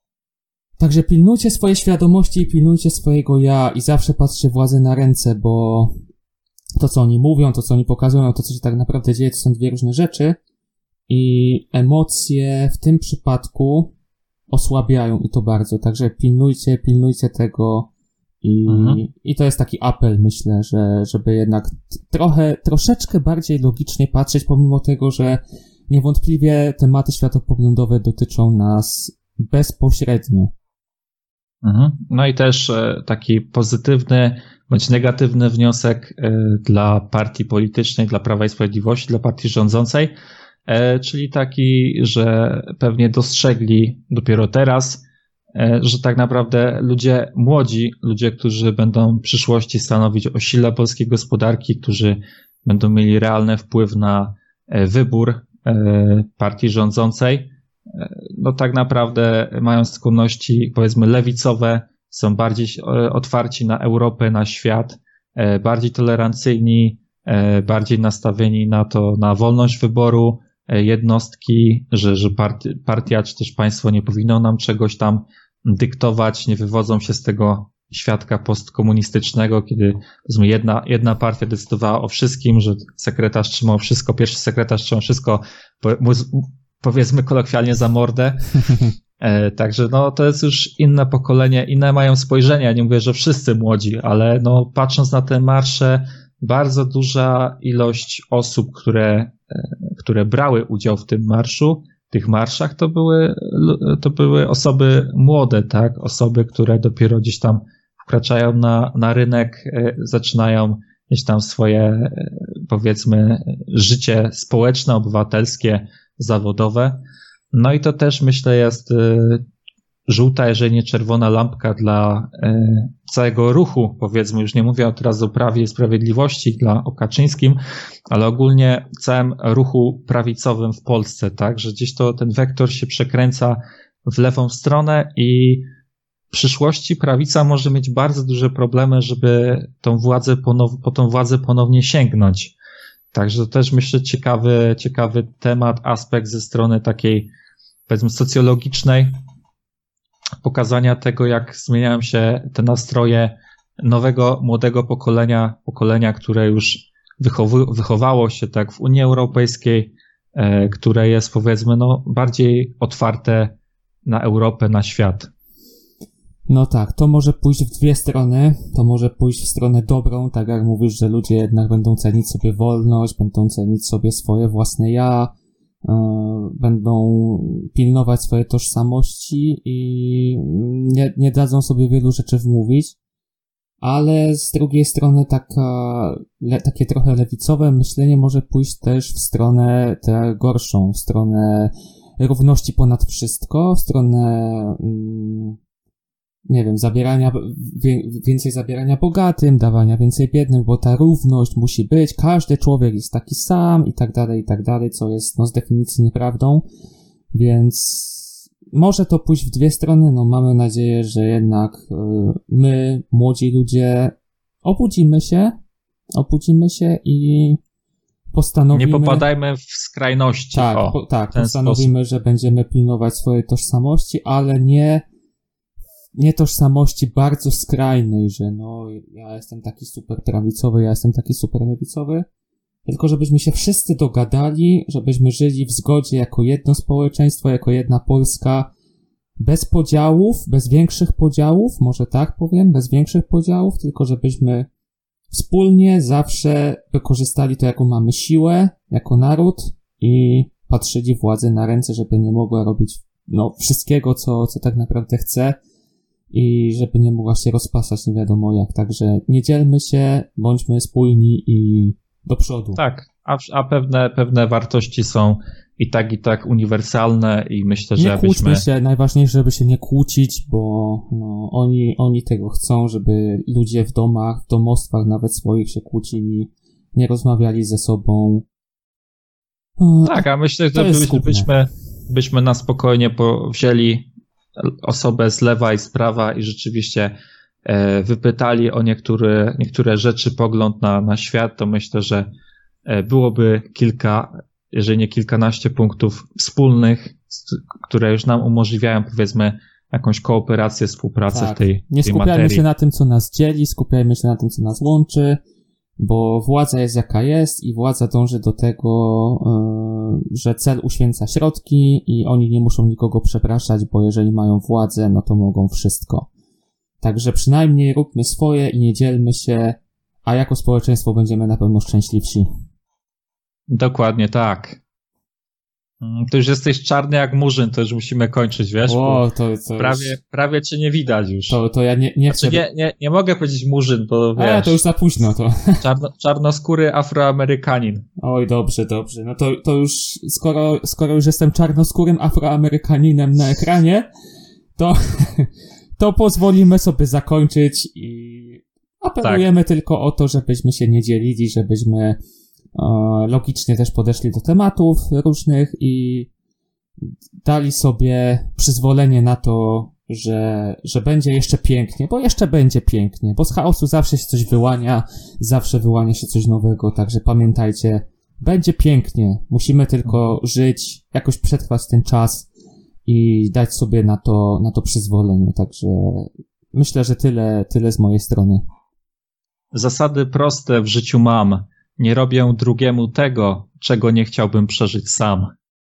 Także pilnujcie swojej świadomości i pilnujcie swojego ja i zawsze patrzcie władzy na ręce, bo to, co oni mówią, to, co oni pokazują, to, co się tak naprawdę dzieje, to są dwie różne rzeczy i emocje w tym przypadku osłabiają i to bardzo, także pilnujcie, pilnujcie tego i, mhm. i to jest taki apel, myślę, że żeby jednak trochę, troszeczkę bardziej logicznie patrzeć, pomimo tego, że niewątpliwie tematy światopoglądowe dotyczą nas bezpośrednio. Mhm. No i też taki pozytywny bądź negatywny wniosek dla partii politycznej, dla Prawa i Sprawiedliwości, dla partii rządzącej, czyli taki, że pewnie dostrzegli dopiero teraz, że tak naprawdę ludzie młodzi, ludzie, którzy będą w przyszłości stanowić o sile polskiej gospodarki, którzy będą mieli realny wpływ na wybór partii rządzącej, no tak naprawdę mają skłonności, powiedzmy, lewicowe, są bardziej otwarci na Europę, na świat, bardziej tolerancyjni, bardziej nastawieni na to, na wolność wyboru jednostki, że, że partia, partia czy też państwo nie powinno nam czegoś tam dyktować, nie wywodzą się z tego świadka postkomunistycznego, kiedy jedna, jedna partia decydowała o wszystkim, że sekretarz trzymał wszystko, pierwszy sekretarz trzymał wszystko, powiedzmy kolokwialnie, za mordę. E, także no to jest już inne pokolenie, inne mają spojrzenia, nie mówię, że wszyscy młodzi, ale no patrząc na te marsze, bardzo duża ilość osób, które, które brały udział w tym marszu, w tych marszach, to były, to były osoby młode, tak? Osoby, które dopiero gdzieś tam wkraczają na, na rynek, zaczynają gdzieś tam swoje, powiedzmy, życie społeczne, obywatelskie, zawodowe. No i to też, myślę, jest żółta, jeżeli nie czerwona lampka dla całego ruchu, powiedzmy, już nie mówię teraz o Prawie i Sprawiedliwości, dla o Kaczyńskim, ale ogólnie całym ruchu prawicowym w Polsce, tak, że gdzieś to ten wektor się przekręca w lewą stronę i w przyszłości prawica może mieć bardzo duże problemy, żeby tą władzę ponow- po tą władzę ponownie sięgnąć. Także to też, myślę, ciekawy, ciekawy temat, aspekt ze strony takiej, powiedzmy, socjologicznej, pokazania tego, jak zmieniają się te nastroje nowego, młodego pokolenia, pokolenia, które już wychowy, wychowało się tak w Unii Europejskiej, e, które jest, powiedzmy, no, bardziej otwarte na Europę, na świat. No tak, to może pójść w dwie strony, to może pójść w stronę dobrą, tak jak mówisz, że ludzie jednak będą cenić sobie wolność, będą cenić sobie swoje własne ja, yy, będą pilnować swojej tożsamości i nie, nie dadzą sobie wielu rzeczy wmówić, ale z drugiej strony taka, le, takie trochę lewicowe myślenie może pójść też w stronę tę gorszą, w stronę równości ponad wszystko, w stronę... Yy, nie wiem, zabierania, więcej zabierania bogatym, dawania więcej biednym, bo ta równość musi być, każdy człowiek jest taki sam i tak dalej, i tak dalej, co jest, no, z definicji nieprawdą, więc może to pójść w dwie strony, no mamy nadzieję, że jednak y, my, młodzi ludzie, obudzimy się, obudzimy się i postanowimy... Nie popadajmy w skrajności. Tak, o, po, tak, postanowimy, sposób. Że będziemy pilnować swojej tożsamości, ale nie nie tożsamości bardzo skrajnej, że no, ja jestem taki super prawicowy, ja jestem taki super lewicowy, tylko żebyśmy się wszyscy dogadali, żebyśmy żyli w zgodzie jako jedno społeczeństwo, jako jedna Polska, bez podziałów, bez większych podziałów, może tak powiem, bez większych podziałów, tylko żebyśmy wspólnie zawsze wykorzystali to, jaką mamy siłę, jako naród i patrzyli władzy na ręce, żeby nie mogła robić, no, wszystkiego, co, co tak naprawdę chce, i żeby nie mogła się rozpasać nie wiadomo jak. Także nie dzielmy się, bądźmy spójni i do przodu. Tak, a, a pewne, pewne wartości są i tak, i tak uniwersalne i myślę, że nie kłóćmy abyśmy... się, najważniejsze, żeby się nie kłócić, bo no, oni, oni tego chcą, żeby ludzie w domach, w domostwach nawet swoich się kłócili, nie rozmawiali ze sobą. Tak, a myślę, że byśmy, byśmy, byśmy na spokojnie po, wzięli osobę z lewa i z prawa i rzeczywiście e, wypytali o niektóre, niektóre rzeczy, pogląd na, na świat, to myślę, że e, byłoby kilka, jeżeli nie kilkanaście punktów wspólnych, które już nam umożliwiają, powiedzmy, jakąś kooperację, współpracę tak. w tej, tej nie skupiajmy materii. się na tym, co nas dzieli, skupiajmy się na tym, co nas łączy, bo władza jest jaka jest i władza dąży do tego, yy, że cel uświęca środki i oni nie muszą nikogo przepraszać, bo jeżeli mają władzę, no to mogą wszystko. Także przynajmniej róbmy swoje i nie dzielmy się, a jako społeczeństwo będziemy na pewno szczęśliwsi. Dokładnie tak. To już jesteś czarny jak murzyn, to już musimy kończyć, wiesz? O, to, to prawie, już... prawie cię nie widać już. To, to ja nie, nie chcę... Znaczy nie, nie, nie mogę powiedzieć murzyn, bo wiesz... A, to już za późno to. Czarno, czarnoskóry Afroamerykanin. Oj, dobrze, dobrze. No to, to już, skoro, skoro już jestem czarnoskórym Afroamerykaninem na ekranie, to, to pozwolimy sobie zakończyć i apelujemy tak. tylko o to, żebyśmy się nie dzielili, żebyśmy e, logicznie też podeszli do tematów różnych i dali sobie przyzwolenie na to, że, że będzie jeszcze pięknie, bo jeszcze będzie pięknie, bo z chaosu zawsze się coś wyłania, zawsze wyłania się coś nowego, także pamiętajcie, będzie pięknie, musimy tylko żyć, jakoś przetrwać ten czas i dać sobie na to, na to przyzwolenie, także myślę, że tyle, tyle z mojej strony. Zasady proste w życiu mam. Nie robię drugiemu tego, czego nie chciałbym przeżyć sam.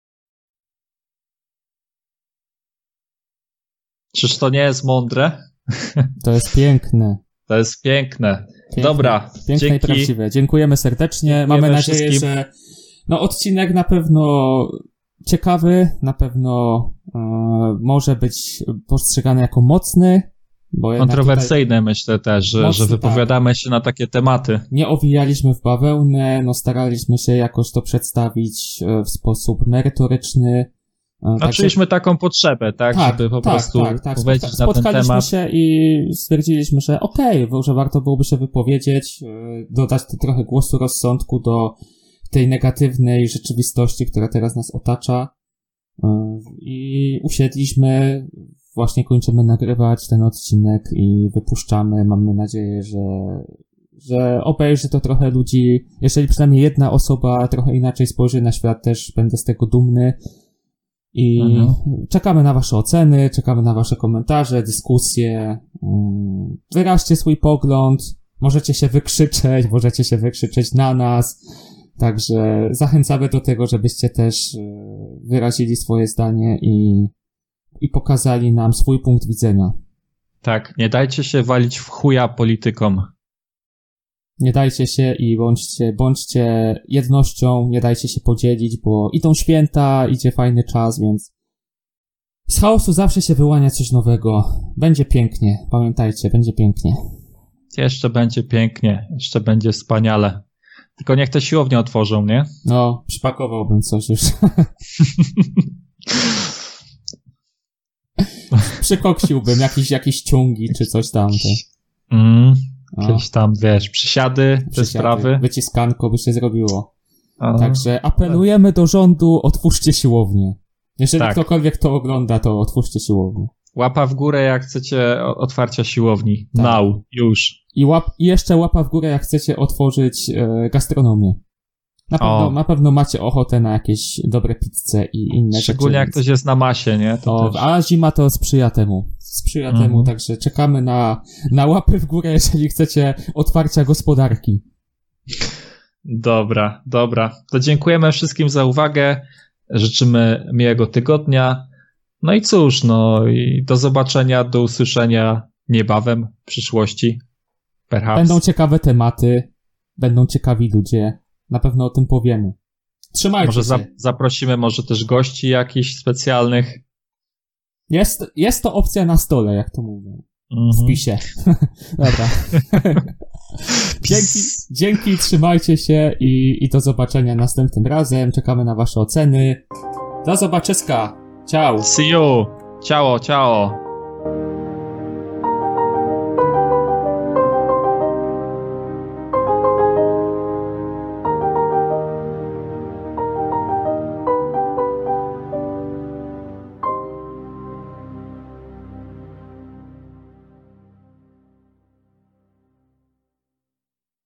Czyż to nie jest mądre? To jest piękne. To jest piękne. piękne Dobra, piękne dzięki. i prawdziwe. Dziękujemy serdecznie. Dziękujemy Mamy nadzieję, wszystkim. że no, odcinek na pewno ciekawy, na pewno e, może być postrzegany jako mocny. Bo kontrowersyjne myślę też, że, mocny, że wypowiadamy tak. się na takie tematy. Nie owijaliśmy w bawełnę, no staraliśmy się jakoś to przedstawić w sposób merytoryczny. A czuliśmy taką potrzebę, tak, tak żeby po tak, prostu tak, tak. powiedzieć Spotka- na ten temat. Spotkaliśmy się i stwierdziliśmy, że okej, okay, że warto byłoby się wypowiedzieć, dodać trochę głosu rozsądku do tej negatywnej rzeczywistości, która teraz nas otacza. I usiedliśmy, właśnie kończymy nagrywać ten odcinek i wypuszczamy. Mamy nadzieję, że, że obejrzy to trochę ludzi. Jeżeli przynajmniej jedna osoba trochę inaczej spojrzy na świat, też będę z tego dumny. I mhm. czekamy na wasze oceny, czekamy na wasze komentarze, dyskusje. Wyraźcie swój pogląd, możecie się wykrzyczeć, możecie się wykrzyczeć na nas. Także zachęcamy do tego, żebyście też wyrazili swoje zdanie i, i pokazali nam swój punkt widzenia. Tak, nie dajcie się walić w chuja politykom. Nie dajcie się i bądźcie, bądźcie jednością, nie dajcie się podzielić, bo idą święta, idzie fajny czas, więc z chaosu zawsze się wyłania coś nowego. Będzie pięknie, pamiętajcie, będzie pięknie. Jeszcze będzie pięknie, jeszcze będzie wspaniale. Tylko niech te siłownie otworzą, nie? No, przypakowałbym coś już. Przykoksiłbym jakieś, jakieś ciągi czy coś tam. Mm, jakieś tam, wiesz, przysiady, te przysiady, sprawy. Wyciskanko by się zrobiło. A, Także apelujemy do rządu, otwórzcie siłownię. Jeżeli tak. ktokolwiek to ogląda, to otwórzcie siłownię. Łapa w górę, jak chcecie otwarcia siłowni. Tak. Now, już. I, łap, I jeszcze łapa w górę, jak chcecie otworzyć e, gastronomię. Na pewno, na pewno macie ochotę na jakieś dobre pizze i inne rzeczy. Szczególnie jak ktoś jest na masie, nie? To o, też... A zima to sprzyja temu. Sprzyja mhm. temu, także czekamy na, na łapy w górę, jeżeli chcecie otwarcia gospodarki. Dobra, dobra. To dziękujemy wszystkim za uwagę. Życzymy miłego tygodnia. No i cóż, no i do zobaczenia, do usłyszenia niebawem w przyszłości. Perhaps. Będą ciekawe tematy, będą ciekawi ludzie. Na pewno o tym powiemy. Trzymajcie może się. Może za- zaprosimy może też gości jakichś specjalnych. Jest, jest to opcja na stole, jak to mówią. Mm-hmm. W wpisie. Dobra. dzięki, dzięki, trzymajcie się i, i do zobaczenia następnym razem. Czekamy na wasze oceny. Do zobaczyska. Ciao. See you. Ciao, ciao.